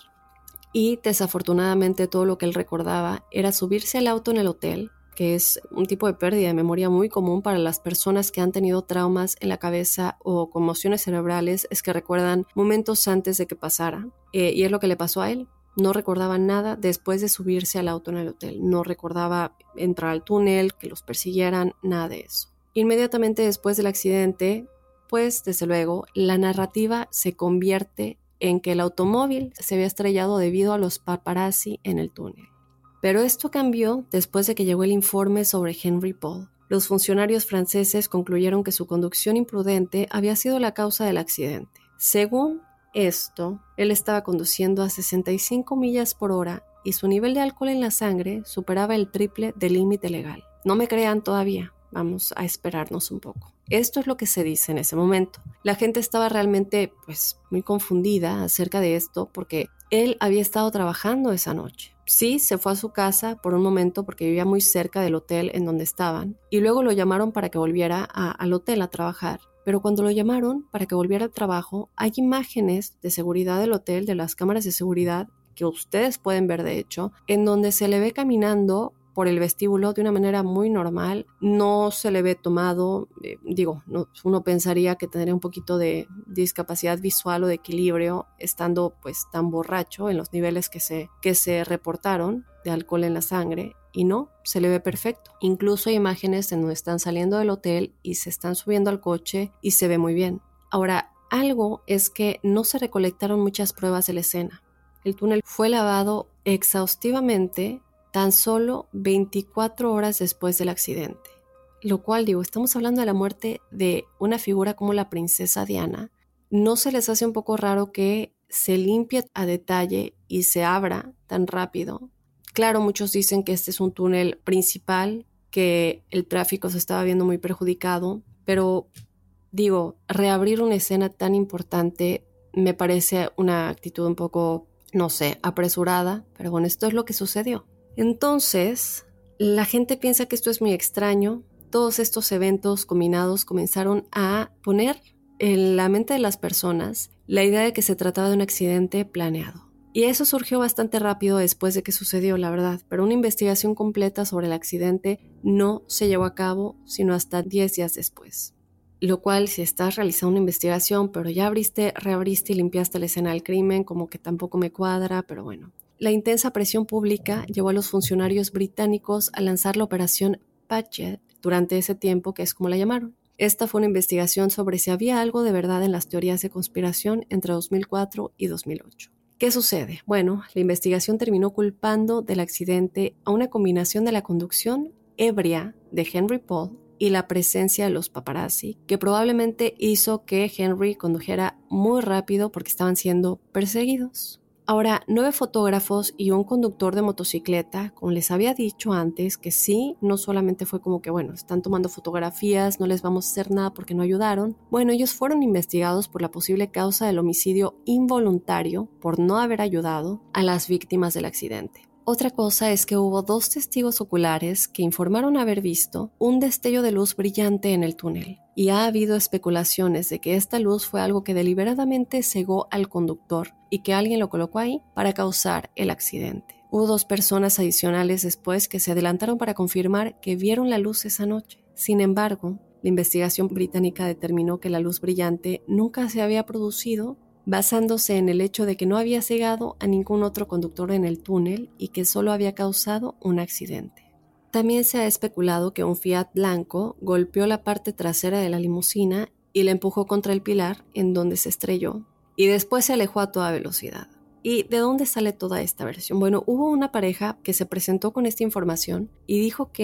Y desafortunadamente todo lo que él recordaba era subirse al auto en el hotel, que es un tipo de pérdida de memoria muy común para las personas que han tenido traumas en la cabeza o conmociones cerebrales, es que recuerdan momentos antes de que pasara. Eh, y es lo que le pasó a él. No recordaba nada después de subirse al auto en el hotel. No recordaba entrar al túnel, que los persiguieran, nada de eso. Inmediatamente después del accidente, pues desde luego, la narrativa se convierte en que el automóvil se había estrellado debido a los paparazzi en el túnel. Pero esto cambió después de que llegó el informe sobre Henry Paul. Los funcionarios franceses concluyeron que su conducción imprudente había sido la causa del accidente. Según esto, él estaba conduciendo a sesenta y cinco millas por hora y su nivel de alcohol en la sangre superaba el triple del límite legal. No me crean todavía. Vamos a esperarnos un poco. Esto es lo que se dice en ese momento. La gente estaba realmente pues muy confundida acerca de esto porque él había estado trabajando esa noche. Sí, se fue a su casa por un momento porque vivía muy cerca del hotel en donde estaban y luego lo llamaron para que volviera a, al hotel a trabajar. Pero cuando lo llamaron para que volviera al trabajo, hay imágenes de seguridad del hotel, de las cámaras de seguridad que ustedes pueden ver de hecho, en donde se le ve caminando por el vestíbulo de una manera muy normal, no se le ve tomado, eh, digo, no, uno pensaría que tendría un poquito de discapacidad visual o de equilibrio estando pues tan borracho en los niveles que se, que se reportaron de alcohol en la sangre y no, se le ve perfecto. Incluso hay imágenes en donde están saliendo del hotel y se están subiendo al coche y se ve muy bien. Ahora, algo es que no se recolectaron muchas pruebas de la escena. El túnel fue lavado exhaustivamente tan solo veinticuatro horas después del accidente. Lo cual, digo, estamos hablando de la muerte de una figura como la princesa Diana. ¿No se les hace un poco raro que se limpie a detalle y se abra tan rápido? Claro, muchos dicen que este es un túnel principal, que el tráfico se estaba viendo muy perjudicado, pero digo, reabrir una escena tan importante me parece una actitud un poco, no sé, apresurada, pero bueno, esto es lo que sucedió. Entonces, la gente piensa que esto es muy extraño. Todos estos eventos combinados comenzaron a poner en la mente de las personas la idea de que se trataba de un accidente planeado. Y eso surgió bastante rápido después de que sucedió, la verdad, pero una investigación completa sobre el accidente no se llevó a cabo sino hasta diez días después. Lo cual, si estás realizando una investigación, pero ya abriste, reabriste y limpiaste la escena del crimen, como que tampoco me cuadra, pero bueno. La intensa presión pública llevó a los funcionarios británicos a lanzar la operación Paget durante ese tiempo, que es como la llamaron. Esta fue una investigación sobre si había algo de verdad en las teorías de conspiración entre dos mil cuatro y dos mil ocho. ¿Qué sucede? Bueno, la investigación terminó culpando del accidente a una combinación de la conducción ebria de Henry Paul y la presencia de los paparazzi, que probablemente hizo que Henry condujera muy rápido porque estaban siendo perseguidos. Ahora, nueve fotógrafos y un conductor de motocicleta, como les había dicho antes, que sí, no solamente fue como que, bueno, están tomando fotografías, no les vamos a hacer nada porque no ayudaron. Bueno, ellos fueron investigados por la posible causa del homicidio involuntario por no haber ayudado a las víctimas del accidente. Otra cosa es que hubo dos testigos oculares que informaron haber visto un destello de luz brillante en el túnel, y ha habido especulaciones de que esta luz fue algo que deliberadamente cegó al conductor y que alguien lo colocó ahí para causar el accidente. Hubo dos personas adicionales después que se adelantaron para confirmar que vieron la luz esa noche. Sin embargo, la investigación británica determinó que la luz brillante nunca se había producido, basándose en el hecho de que no había cegado a ningún otro conductor en el túnel y que solo había causado un accidente. También se ha especulado que un Fiat blanco golpeó la parte trasera de la limusina y la empujó contra el pilar en donde se estrelló y después se alejó a toda velocidad. ¿Y de dónde sale toda esta versión? Bueno, hubo una pareja que se presentó con esta información y dijo que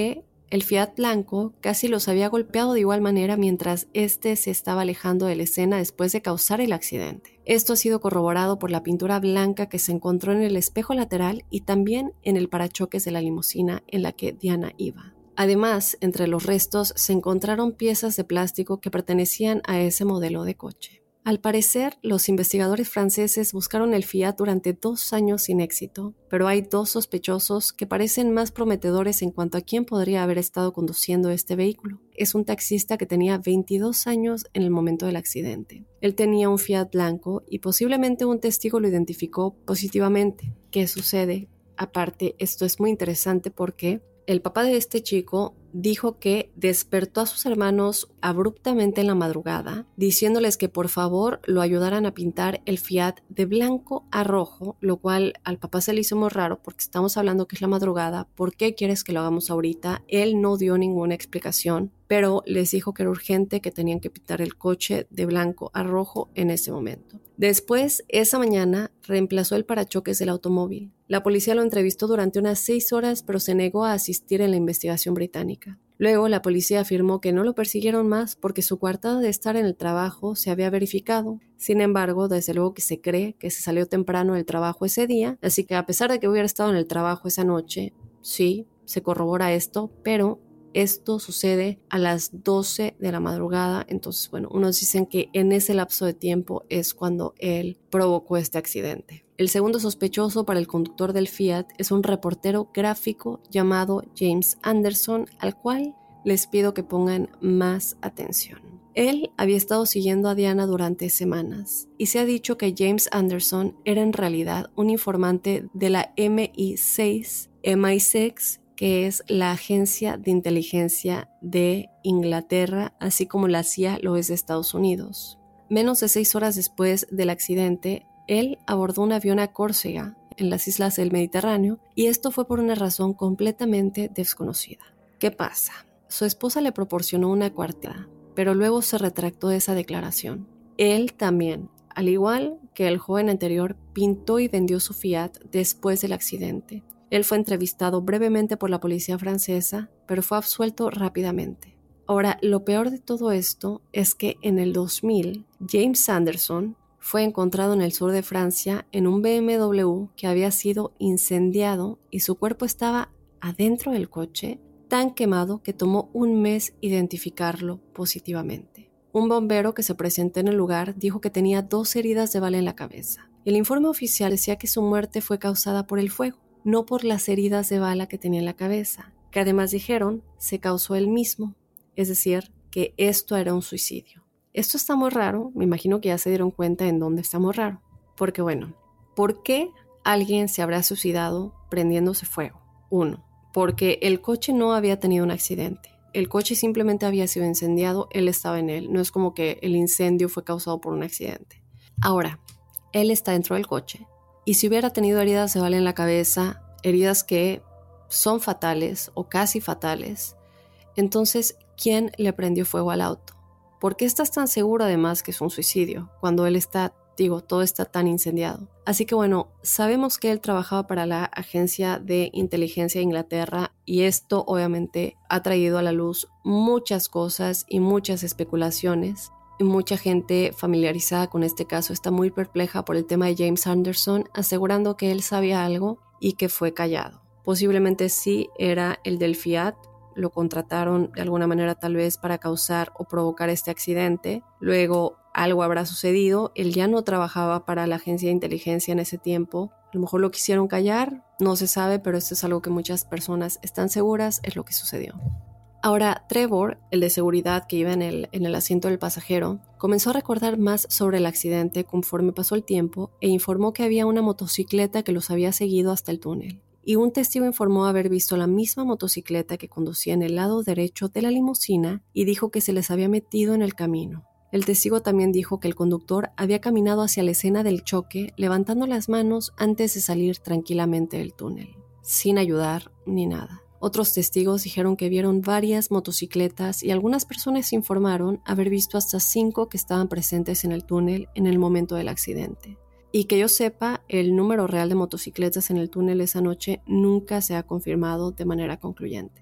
el Fiat blanco casi los había golpeado de igual manera mientras este se estaba alejando de la escena después de causar el accidente. Esto ha sido corroborado por la pintura blanca que se encontró en el espejo lateral y también en el parachoques de la limusina en la que Diana iba. Además, entre los restos se encontraron piezas de plástico que pertenecían a ese modelo de coche. Al parecer, los investigadores franceses buscaron el Fiat durante dos años sin éxito, pero hay dos sospechosos que parecen más prometedores en cuanto a quién podría haber estado conduciendo este vehículo. Es un taxista que tenía veintidós años en el momento del accidente. Él tenía un Fiat blanco y posiblemente un testigo lo identificó positivamente. ¿Qué sucede? Aparte, esto es muy interesante porque el papá de este chico dijo que despertó a sus hermanos abruptamente en la madrugada, diciéndoles que por favor lo ayudaran a pintar el Fiat de blanco a rojo, lo cual al papá se le hizo muy raro porque estamos hablando que es la madrugada. ¿Por qué quieres que lo hagamos ahorita? Él no dio ninguna explicación, pero les dijo que era urgente, que tenían que pintar el coche de blanco a rojo en ese momento. Después, esa mañana, reemplazó el parachoques del automóvil. La policía lo entrevistó durante unas seis horas, pero se negó a asistir en la investigación británica. Luego, la policía afirmó que no lo persiguieron más porque su coartada de estar en el trabajo se había verificado. Sin embargo, desde luego que se cree que se salió temprano del trabajo ese día, así que a pesar de que hubiera estado en el trabajo esa noche, sí, se corrobora esto, pero esto sucede a las doce de la madrugada, entonces, bueno, unos dicen que en ese lapso de tiempo es cuando él provocó este accidente. El segundo sospechoso para el conductor del Fiat es un reportero gráfico llamado James Anderson, al cual les pido que pongan más atención. Él había estado siguiendo a Diana durante semanas y se ha dicho que James Anderson era en realidad un informante de la M I seis, M I seis, que es la agencia de inteligencia de Inglaterra, así como la C I A lo es de Estados Unidos. Menos de seis horas después del accidente, él abordó un avión a Córcega, en las islas del Mediterráneo, y esto fue por una razón completamente desconocida. ¿Qué pasa? Su esposa le proporcionó una coartada, pero luego se retractó de esa declaración. Él también, al igual que el joven anterior, pintó y vendió su Fiat después del accidente. Él fue entrevistado brevemente por la policía francesa, pero fue absuelto rápidamente. Ahora, lo peor de todo esto es que en el dos mil, James Anderson fue encontrado en el sur de Francia en un B M W que había sido incendiado y su cuerpo estaba adentro del coche, tan quemado que tomó un mes identificarlo positivamente. Un bombero que se presentó en el lugar dijo que tenía dos heridas de bala en la cabeza. El informe oficial decía que su muerte fue causada por el fuego, no por las heridas de bala que tenía en la cabeza, que además dijeron se causó él mismo, es decir, que esto era un suicidio. Esto está muy raro, me imagino que ya se dieron cuenta en dónde está muy raro, porque bueno, ¿por qué alguien se habrá suicidado prendiéndose fuego? Uno, porque el coche no había tenido un accidente, el coche simplemente había sido incendiado, él estaba en él, no es como que el incendio fue causado por un accidente. Ahora, él está dentro del coche, y si hubiera tenido heridas de bala en la cabeza, heridas que son fatales o casi fatales, entonces, ¿quién le prendió fuego al auto? ¿Por qué estás tan seguro además que es un suicidio cuando él está, digo, todo está tan incendiado? Así que bueno, sabemos que él trabajaba para la Agencia de Inteligencia de Inglaterra y esto obviamente ha traído a la luz muchas cosas y muchas especulaciones. Y mucha gente familiarizada con este caso está muy perpleja por el tema de James Anderson, asegurando que él sabía algo y que fue callado. Posiblemente sí era el del Fiat, lo contrataron de alguna manera tal vez para causar o provocar este accidente. Luego algo habrá sucedido, él ya no trabajaba para la agencia de inteligencia en ese tiempo. A lo mejor lo quisieron callar, no se sabe, pero esto es algo que muchas personas están seguras es lo que sucedió. Ahora, Trevor, el de seguridad que iba en el, en el asiento del pasajero, comenzó a recordar más sobre el accidente conforme pasó el tiempo e informó que había una motocicleta que los había seguido hasta el túnel. Y un testigo informó haber visto la misma motocicleta que conducía en el lado derecho de la limusina y dijo que se les había metido en el camino. El testigo también dijo que el conductor había caminado hacia la escena del choque levantando las manos antes de salir tranquilamente del túnel, sin ayudar ni nada. Otros testigos dijeron que vieron varias motocicletas y algunas personas informaron haber visto hasta cinco que estaban presentes en el túnel en el momento del accidente. Y que yo sepa, el número real de motocicletas en el túnel esa noche nunca se ha confirmado de manera concluyente.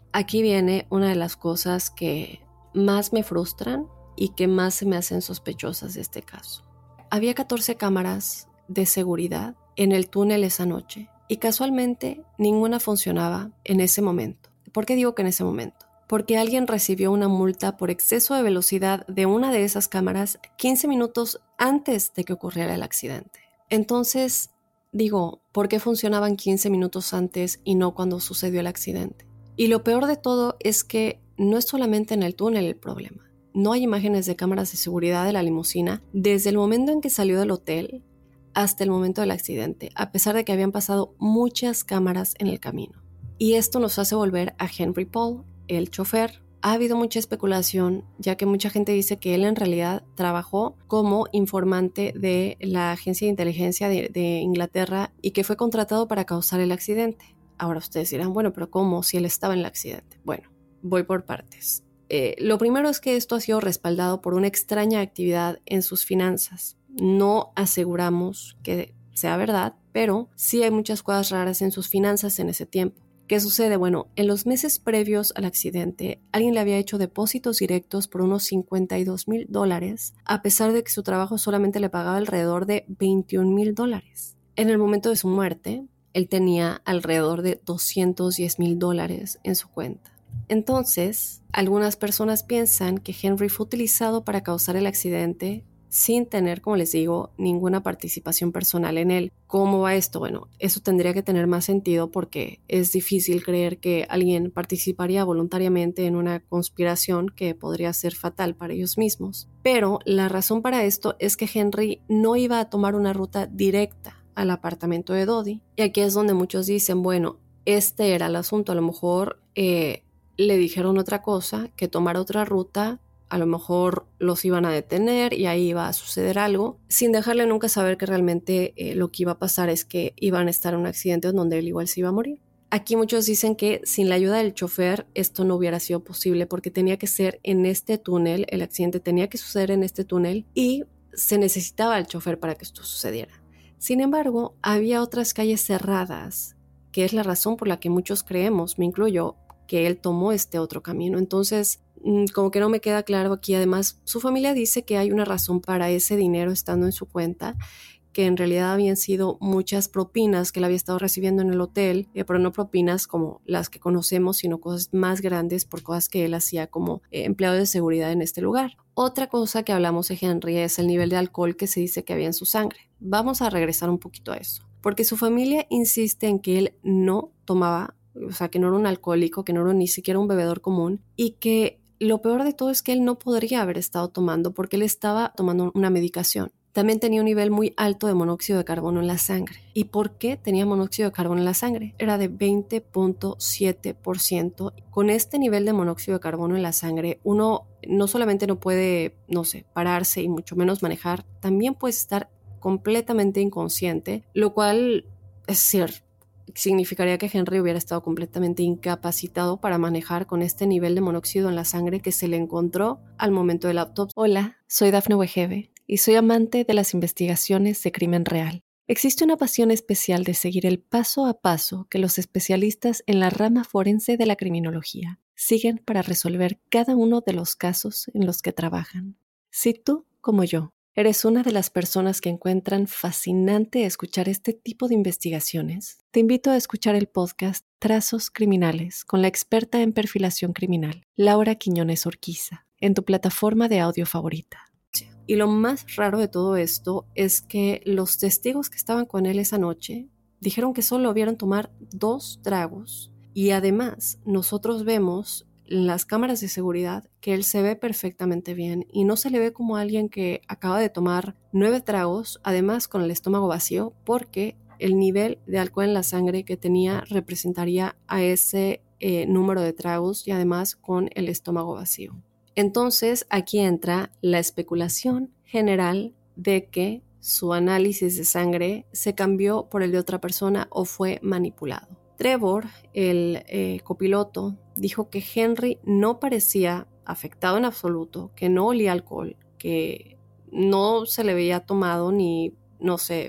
aquí viene una de las cosas que más me frustran y que más se me hacen sospechosas de este caso. Había catorce cámaras de seguridad en el túnel esa noche y casualmente ninguna funcionaba en ese momento. ¿Por qué digo que en ese momento? Porque alguien recibió una multa por exceso de velocidad de una de esas cámaras quince minutos antes de que ocurriera el accidente. Entonces, digo, ¿por qué funcionaban quince minutos antes y no cuando sucedió el accidente? Y lo peor de todo es que no es solamente en el túnel el problema. No hay imágenes de cámaras de seguridad de la limusina desde el momento en que salió del hotel hasta el momento del accidente, a pesar de que habían pasado muchas cámaras en el camino. Y esto nos hace volver a Henry Paul, el chofer. Ha habido mucha especulación, ya que mucha gente dice que él en realidad trabajó como informante de la agencia de inteligencia de, de Inglaterra y que fue contratado para causar el accidente. Ahora ustedes dirán, bueno, pero ¿cómo si él estaba en el accidente? Bueno, voy por partes. Eh, lo primero es que esto ha sido respaldado por una extraña actividad en sus finanzas. No aseguramos que sea verdad, pero sí hay muchas cosas raras en sus finanzas en ese tiempo. ¿Qué sucede? Bueno, en los meses previos al accidente, alguien le había hecho depósitos directos por unos cincuenta y dos mil dólares, a pesar de que su trabajo solamente le pagaba alrededor de veintiún mil dólares. En el momento de su muerte, él tenía alrededor de doscientos diez mil dólares en su cuenta. Entonces, algunas personas piensan que Henry fue utilizado para causar el accidente sin tener, como les digo, ninguna participación personal en él. ¿Cómo va esto? Bueno, eso tendría que tener más sentido porque es difícil creer que alguien participaría voluntariamente en una conspiración que podría ser fatal para ellos mismos. Pero la razón para esto es que Henry no iba a tomar una ruta directa al apartamento de Dodi. Y aquí es donde muchos dicen, bueno, este era el asunto, a lo mejor eh, le dijeron otra cosa, que tomara otra ruta, a lo mejor los iban a detener y ahí iba a suceder algo, sin dejarle nunca saber que realmente eh, lo que iba a pasar es que iban a estar en un accidente en donde él igual se iba a morir. Aquí muchos dicen que sin la ayuda del chofer esto no hubiera sido posible porque tenía que ser en este túnel, el accidente tenía que suceder en este túnel y se necesitaba el chofer para que esto sucediera. Sin embargo, había otras calles cerradas, que es la razón por la que muchos creemos, me incluyo, que él tomó este otro camino. Entonces, como que no me queda claro aquí. Además, su familia dice que hay una razón para ese dinero estando en su cuenta, que en realidad habían sido muchas propinas que él había estado recibiendo en el hotel, eh, pero no propinas como las que conocemos, sino cosas más grandes por cosas que él hacía como eh, empleado de seguridad en este lugar. Otra cosa que hablamos de Henry es el nivel de alcohol que se dice que había en su sangre. Vamos a regresar un poquito a eso, porque su familia insiste en que él no tomaba, o sea, que no era un alcohólico, que no era ni siquiera un bebedor común y que lo peor de todo es que él no podría haber estado tomando porque él estaba tomando una medicación. También tenía un nivel muy alto de monóxido de carbono en la sangre. ¿Y por qué tenía monóxido de carbono en la sangre? Era de veinte punto siete por ciento. Con este nivel de monóxido de carbono en la sangre, uno no solamente no puede, no sé, pararse y mucho menos manejar, también puede estar completamente inconsciente, lo cual es cierto. Significaría que Henry hubiera estado completamente incapacitado para manejar con este nivel de monóxido en la sangre que se le encontró al momento de la autopsia. Hola, soy Dafne Wegebe y soy amante de las investigaciones de crimen real. Existe una pasión especial de seguir el paso a paso que los especialistas en la rama forense de la criminología siguen para resolver cada uno de los casos en los que trabajan. Si tú, como yo, ¿eres una de las personas que encuentran fascinante escuchar este tipo de investigaciones? Te invito a escuchar el podcast Trazos Criminales con la experta en perfilación criminal, Laura Quiñones Orquiza, en tu plataforma de audio favorita. Y lo más raro de todo esto es que los testigos que estaban con él esa noche dijeron que solo vieron tomar dos tragos y además nosotros vemos las cámaras de seguridad que él se ve perfectamente bien y no se le ve como alguien que acaba de tomar nueve tragos, además con el estómago vacío, porque el nivel de alcohol en la sangre que tenía representaría a ese eh, número de tragos y además con el estómago vacío. Entonces aquí entra la especulación general de que su análisis de sangre se cambió por el de otra persona o fue manipulado. Trevor, el eh, copiloto, dijo que Henry no parecía afectado en absoluto, que no olía alcohol, que no se le veía tomado ni, no sé,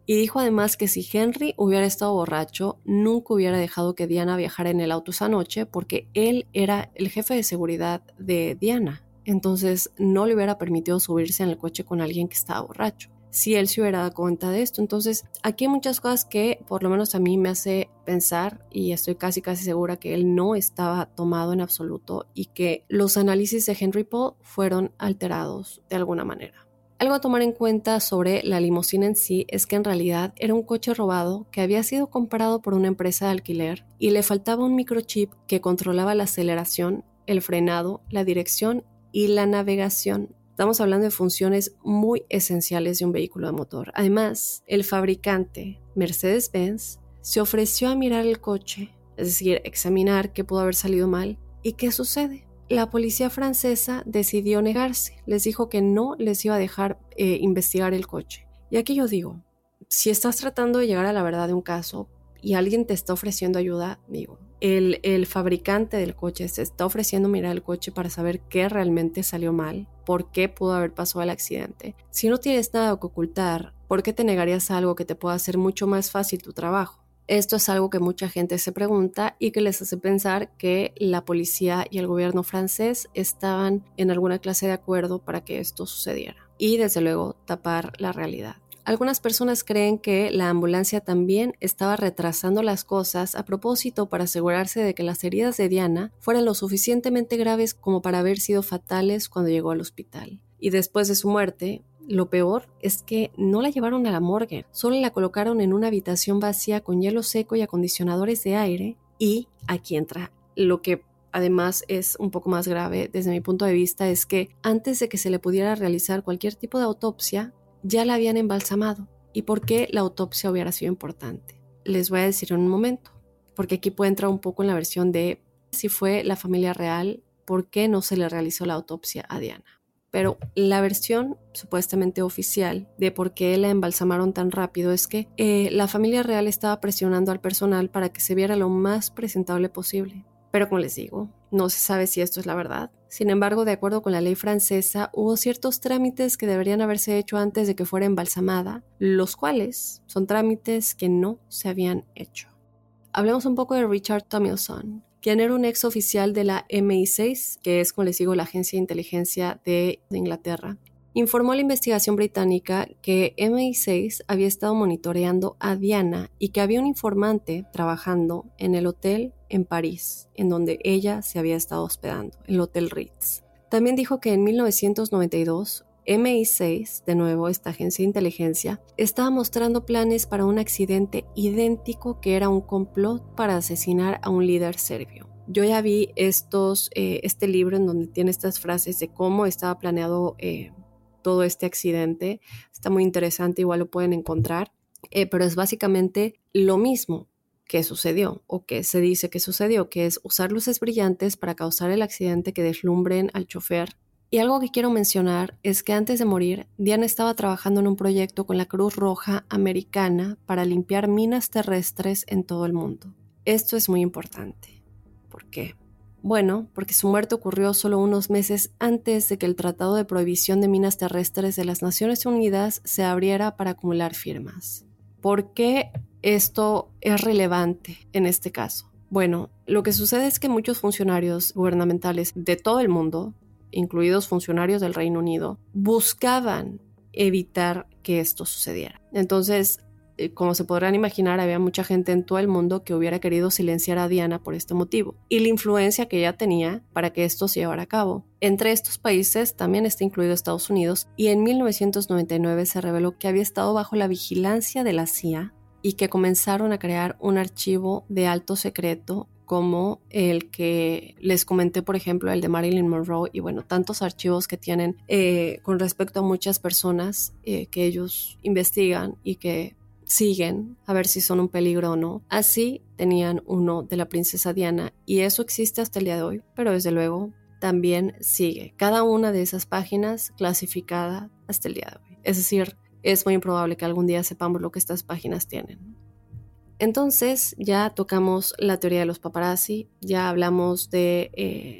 Y dijo además que si Henry hubiera estado borracho, nunca hubiera dejado que Diana viajara en el auto esa noche porque él era el jefe de seguridad de Diana. Entonces no le hubiera permitido subirse en el coche con alguien que estaba borracho, si él se hubiera dado cuenta de esto. Entonces aquí hay muchas cosas que por lo menos a mí me hace pensar, y estoy casi casi segura que él no estaba tomado en absoluto y que los análisis de Henry Paul fueron alterados de alguna manera. Algo a tomar en cuenta sobre la limusina en sí es que en realidad era un coche robado que había sido comprado por una empresa de alquiler y le faltaba un microchip que controlaba la aceleración, el frenado, la dirección y la navegación. Estamos hablando de funciones muy esenciales de un vehículo de motor. Además, el fabricante, Mercedes-Benz, se ofreció a mirar el coche, es decir, examinar qué pudo haber salido mal y qué sucede. La policía francesa decidió negarse, les dijo que no les iba a dejar eh, investigar el coche. Y aquí yo digo, si estás tratando de llegar a la verdad de un caso y alguien te está ofreciendo ayuda, digo, el, el fabricante del coche se está ofreciendo mirar el coche para saber qué realmente salió mal, por qué pudo haber pasado el accidente. Si no tienes nada que ocultar, ¿por qué te negarías a algo que te pueda hacer mucho más fácil tu trabajo? Esto es algo que mucha gente se pregunta y que les hace pensar que la policía y el gobierno francés estaban en alguna clase de acuerdo para que esto sucediera. Y desde luego tapar la realidad. Algunas personas creen que la ambulancia también estaba retrasando las cosas a propósito para asegurarse de que las heridas de Diana fueran lo suficientemente graves como para haber sido fatales cuando llegó al hospital. Y después de su muerte, lo peor es que no la llevaron a la morgue, solo la colocaron en una habitación vacía con hielo seco y acondicionadores de aire. Y aquí entra lo que además es un poco más grave desde mi punto de vista, es que antes de que se le pudiera realizar cualquier tipo de autopsia, ya la habían embalsamado. ¿Y por qué la autopsia hubiera sido importante? Les voy a decir en un momento, porque aquí puede entrar un poco en la versión de si fue la familia real, ¿por qué no se le realizó la autopsia a Diana? Pero la versión supuestamente oficial de por qué la embalsamaron tan rápido es que eh, la familia real estaba presionando al personal para que se viera lo más presentable posible. Pero como les digo, no se sabe si esto es la verdad. Sin embargo, de acuerdo con la ley francesa, hubo ciertos trámites que deberían haberse hecho antes de que fuera embalsamada, los cuales son trámites que no se habían hecho. Hablemos un poco de Richard Tomlinson, quien era un ex oficial de la M I seis, que es, como les digo, la agencia de inteligencia de Inglaterra. Informó a la investigación británica que M I seis había estado monitoreando a Diana y que había un informante trabajando en el hotel en París, en donde ella se había estado hospedando, el Hotel Ritz. También dijo que en mil novecientos noventa y dos, M I seis, de nuevo esta agencia de inteligencia, estaba mostrando planes para un accidente idéntico que era un complot para asesinar a un líder serbio. Yo ya vi estos, eh, este libro en donde tiene estas frases de cómo estaba planeado eh, todo este accidente. Está muy interesante, igual lo pueden encontrar, eh, pero es básicamente lo mismo que sucedió o que se dice que sucedió, que es usar luces brillantes para causar el accidente que deslumbren al chofer. Y algo que quiero mencionar es que antes de morir, Diana estaba trabajando en un proyecto con la Cruz Roja Americana para limpiar minas terrestres en todo el mundo. Esto es muy importante. ¿Por qué? Bueno, porque su muerte ocurrió solo unos meses antes de que el Tratado de Prohibición de Minas Terrestres de las Naciones Unidas se abriera para acumular firmas. ¿Por qué esto es relevante en este caso? Bueno, lo que sucede es que muchos funcionarios gubernamentales de todo el mundo, incluidos funcionarios del Reino Unido, buscaban evitar que esto sucediera. Entonces, como se podrán imaginar, había mucha gente en todo el mundo que hubiera querido silenciar a Diana por este motivo y la influencia que ella tenía para que esto se llevara a cabo. Entre estos países también está incluido Estados Unidos, y en mil novecientos noventa y nueve se reveló que había estado bajo la vigilancia de la C I A y que comenzaron a crear un archivo de alto secreto como el que les comenté, por ejemplo, el de Marilyn Monroe, y bueno, tantos archivos que tienen eh, con respecto a muchas personas eh, que ellos investigan y que siguen a ver si son un peligro o no. Así tenían uno de la princesa Diana, y eso existe hasta el día de hoy, pero desde luego también sigue cada una de esas páginas clasificada hasta el día de hoy. Es decir, es muy improbable que algún día sepamos lo que estas páginas tienen. Entonces ya tocamos la teoría de los paparazzi, ya hablamos de eh,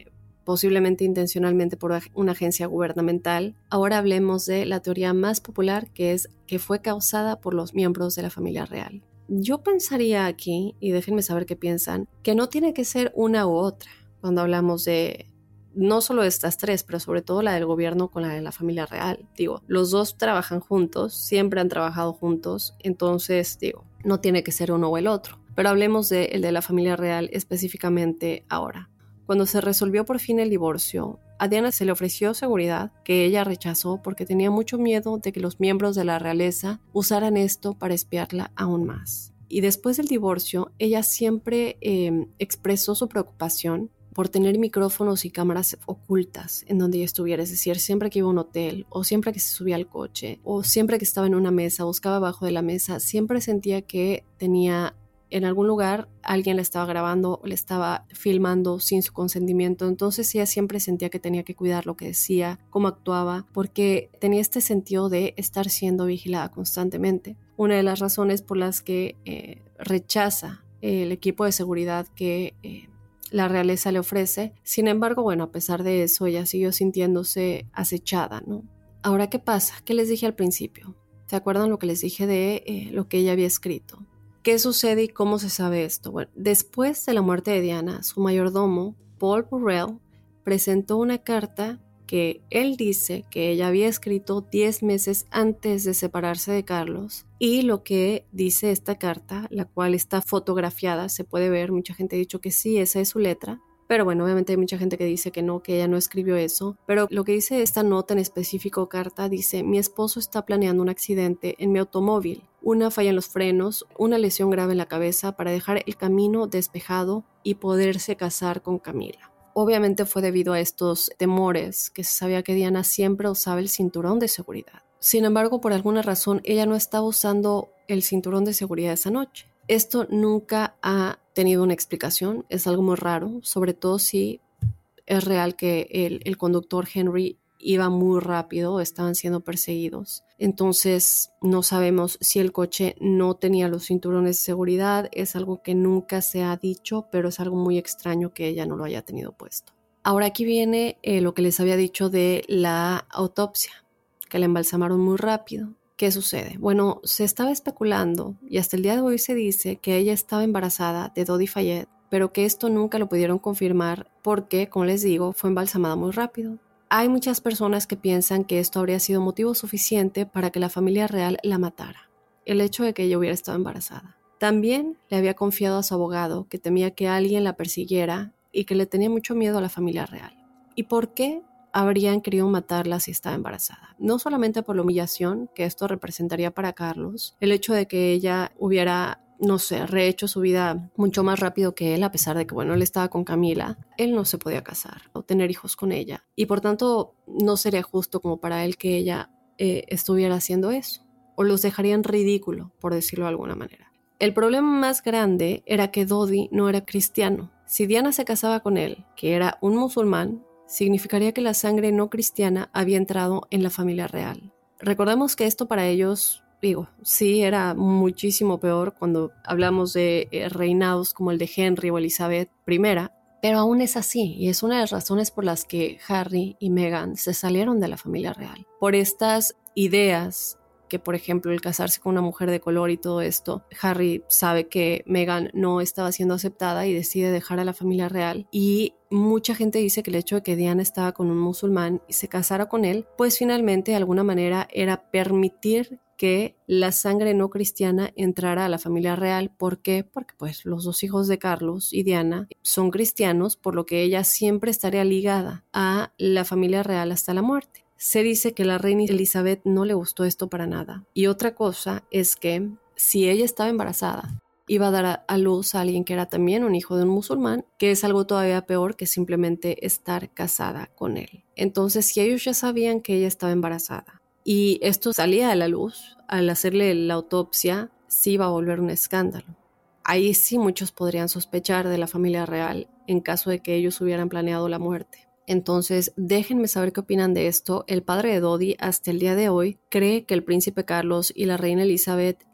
posiblemente intencionalmente por una agencia gubernamental. Ahora hablemos de la teoría más popular, que es que fue causada por los miembros de la familia real. Yo pensaría aquí, y déjenme saber qué piensan, que no tiene que ser una u otra cuando hablamos de no solo de estas tres, pero sobre todo la del gobierno con la de la familia real. Digo, los dos trabajan juntos, siempre han trabajado juntos, entonces, digo, no tiene que ser uno o el otro. Pero hablemos de el de la familia real específicamente ahora. Cuando se resolvió por fin el divorcio, a Diana se le ofreció seguridad que ella rechazó porque tenía mucho miedo de que los miembros de la realeza usaran esto para espiarla aún más. Y después del divorcio, ella siempre eh, expresó su preocupación por tener micrófonos y cámaras ocultas en donde ella estuviera, es decir, siempre que iba a un hotel o siempre que se subía al coche o siempre que estaba en una mesa, buscaba abajo de la mesa, siempre sentía que tenía en algún lugar alguien la estaba grabando o le estaba filmando sin su consentimiento. Entonces ella siempre sentía que tenía que cuidar lo que decía, cómo actuaba, porque tenía este sentido de estar siendo vigilada constantemente. Una de las razones por las que eh, rechaza el equipo de seguridad que eh, la realeza le ofrece. Sin embargo, bueno, a pesar de eso, ella siguió sintiéndose acechada, ¿no? Ahora, ¿qué pasa? ¿Qué les dije al principio? ¿Se acuerdan lo que les dije de eh, lo que ella había escrito? ¿Qué sucede y cómo se sabe esto? Bueno, después de la muerte de Diana, su mayordomo, Paul Burrell, presentó una carta que él dice que ella había escrito diez meses antes de separarse de Carlos, y lo que dice esta carta, la cual está fotografiada, se puede ver, mucha gente ha dicho que sí, esa es su letra, pero bueno, obviamente hay mucha gente que dice que no, que ella no escribió eso, pero lo que dice esta nota en específico, carta, dice: mi esposo está planeando un accidente en mi automóvil, una falla en los frenos, una lesión grave en la cabeza para dejar el camino despejado y poderse casar con Camila. Obviamente fue debido a estos temores que se sabía que Diana siempre usaba el cinturón de seguridad. Sin embargo, por alguna razón, ella no estaba usando el cinturón de seguridad esa noche. Esto nunca ha tenido una explicación, es algo muy raro, sobre todo si es real que el, el conductor Henry iba muy rápido, estaban siendo perseguidos. Entonces no sabemos si el coche no tenía los cinturones de seguridad, es algo que nunca se ha dicho, pero es algo muy extraño que ella no lo haya tenido puesto. Ahora aquí viene eh, lo que les había dicho de la autopsia, que la embalsamaron muy rápido. ¿Qué sucede? Bueno, se estaba especulando y hasta el día de hoy se dice que ella estaba embarazada de Dodi Fayed, pero que esto nunca lo pudieron confirmar porque, como les digo, fue embalsamada muy rápido. Hay muchas personas que piensan que esto habría sido motivo suficiente para que la familia real la matara, el hecho de que ella hubiera estado embarazada. También le había confiado a su abogado que temía que alguien la persiguiera y que le tenía mucho miedo a la familia real. ¿Y por qué habrían querido matarla si estaba embarazada? No solamente por la humillación que esto representaría para Carlos, el hecho de que ella hubiera, no sé, rehecho su vida mucho más rápido que él, a pesar de que, bueno, él estaba con Camila, él no se podía casar o tener hijos con ella, y por tanto no sería justo como para él que ella eh, estuviera haciendo eso, o los dejaría en ridículo, por decirlo de alguna manera. El problema más grande era que Dodi no era cristiano. Si Diana se casaba con él, que era un musulmán, significaría que la sangre no cristiana había entrado en la familia real. Recordemos que esto para ellos, digo, sí era muchísimo peor cuando hablamos de eh, reinados como el de Henry o Elizabeth primera, pero aún es así, y es una de las razones por las que Harry y Meghan se salieron de la familia real. Por estas ideas que, por ejemplo, el casarse con una mujer de color y todo esto, Harry sabe que Meghan no estaba siendo aceptada y decide dejar a la familia real, y mucha gente dice que el hecho de que Diana estaba con un musulmán y se casara con él, pues finalmente de alguna manera era permitir que la sangre no cristiana entrara a la familia real. ¿Por qué? Porque pues los dos hijos de Carlos y Diana son cristianos, por lo que ella siempre estaría ligada a la familia real hasta la muerte. Se dice que la reina Elizabeth no le gustó esto para nada. Y otra cosa es que si ella estaba embarazada, iba a dar a luz a alguien que era también un hijo de un musulmán, que es algo todavía peor que simplemente estar casada con él. Entonces, si ellos ya sabían que ella estaba embarazada y esto salía a la luz, al hacerle la autopsia, sí iba a volver un escándalo. Ahí sí muchos podrían sospechar de la familia real en caso de que ellos hubieran planeado la muerte. Entonces, déjenme saber qué opinan de esto. El padre de Dodi hasta el día de hoy cree que el príncipe Carlos y la reina Elizabeth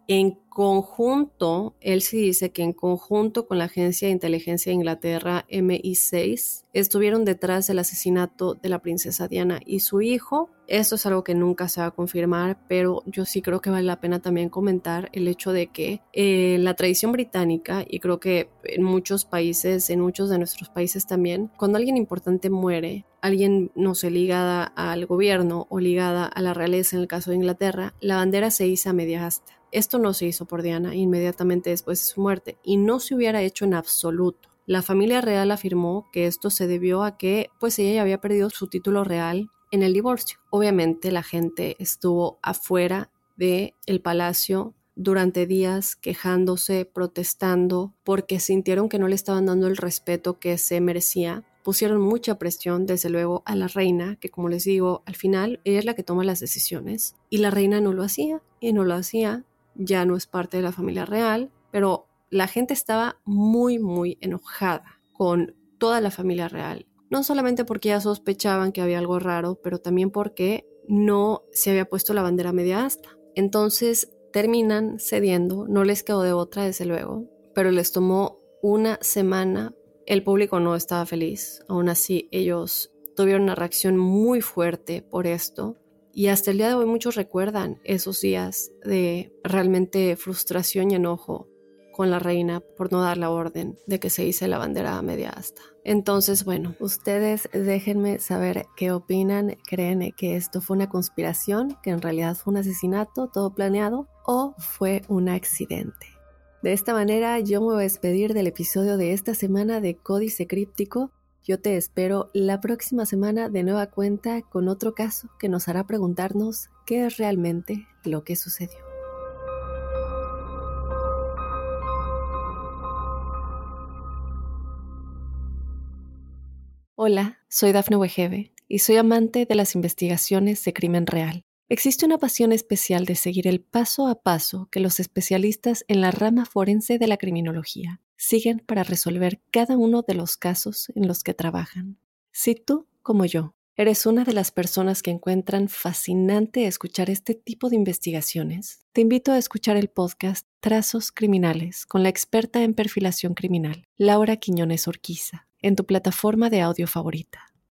En conjunto, él sí dice que en conjunto con la Agencia de Inteligencia de Inglaterra M I seis estuvieron detrás del asesinato de la princesa Diana y su hijo. Esto es algo que nunca se va a confirmar, pero yo sí creo que vale la pena también comentar el hecho de que eh, la tradición británica, y creo que en muchos países, en muchos de nuestros países también, cuando alguien importante muere, alguien, no sé, ligada al gobierno o ligada a la realeza en el caso de Inglaterra, la bandera se iza a media asta. Esto no se hizo por Diana inmediatamente después de su muerte y no se hubiera hecho en absoluto. La familia real afirmó que esto se debió a que pues ella ya había perdido su título real en el divorcio. Obviamente la gente estuvo afuera del palacio durante días quejándose, protestando, porque sintieron que no le estaban dando el respeto que se merecía. Pusieron mucha presión, desde luego, a la reina, que como les digo, al final ella es la que toma las decisiones, y la reina no lo hacía, y no lo hacía, ya no es parte de la familia real, pero la gente estaba muy, muy enojada con toda la familia real. No solamente porque ya sospechaban que había algo raro, pero también porque no se había puesto la bandera media asta. Entonces terminan cediendo, no les quedó de otra, desde luego, pero les tomó una semana. El público no estaba feliz, aún así ellos tuvieron una reacción muy fuerte por esto. Y hasta el día de hoy muchos recuerdan esos días de realmente frustración y enojo con la reina por no dar la orden de que se hice la bandera a media asta. Entonces, bueno, ustedes déjenme saber qué opinan. ¿Creen que esto fue una conspiración, que en realidad fue un asesinato, todo planeado, o fue un accidente? De esta manera yo me voy a despedir del episodio de esta semana de Códice Críptico. Yo te espero la próxima semana de nueva cuenta con otro caso que nos hará preguntarnos qué es realmente lo que sucedió. Hola, soy Dafne Wegebe y soy amante de las investigaciones de crimen real. Existe una pasión especial de seguir el paso a paso que los especialistas en la rama forense de la criminología siguen para resolver cada uno de los casos en los que trabajan. Si tú, como yo, eres una de las personas que encuentran fascinante escuchar este tipo de investigaciones, te invito a escuchar el podcast Trazos Criminales con la experta en perfilación criminal, Laura Quiñones Orquiza, en tu plataforma de audio favorita.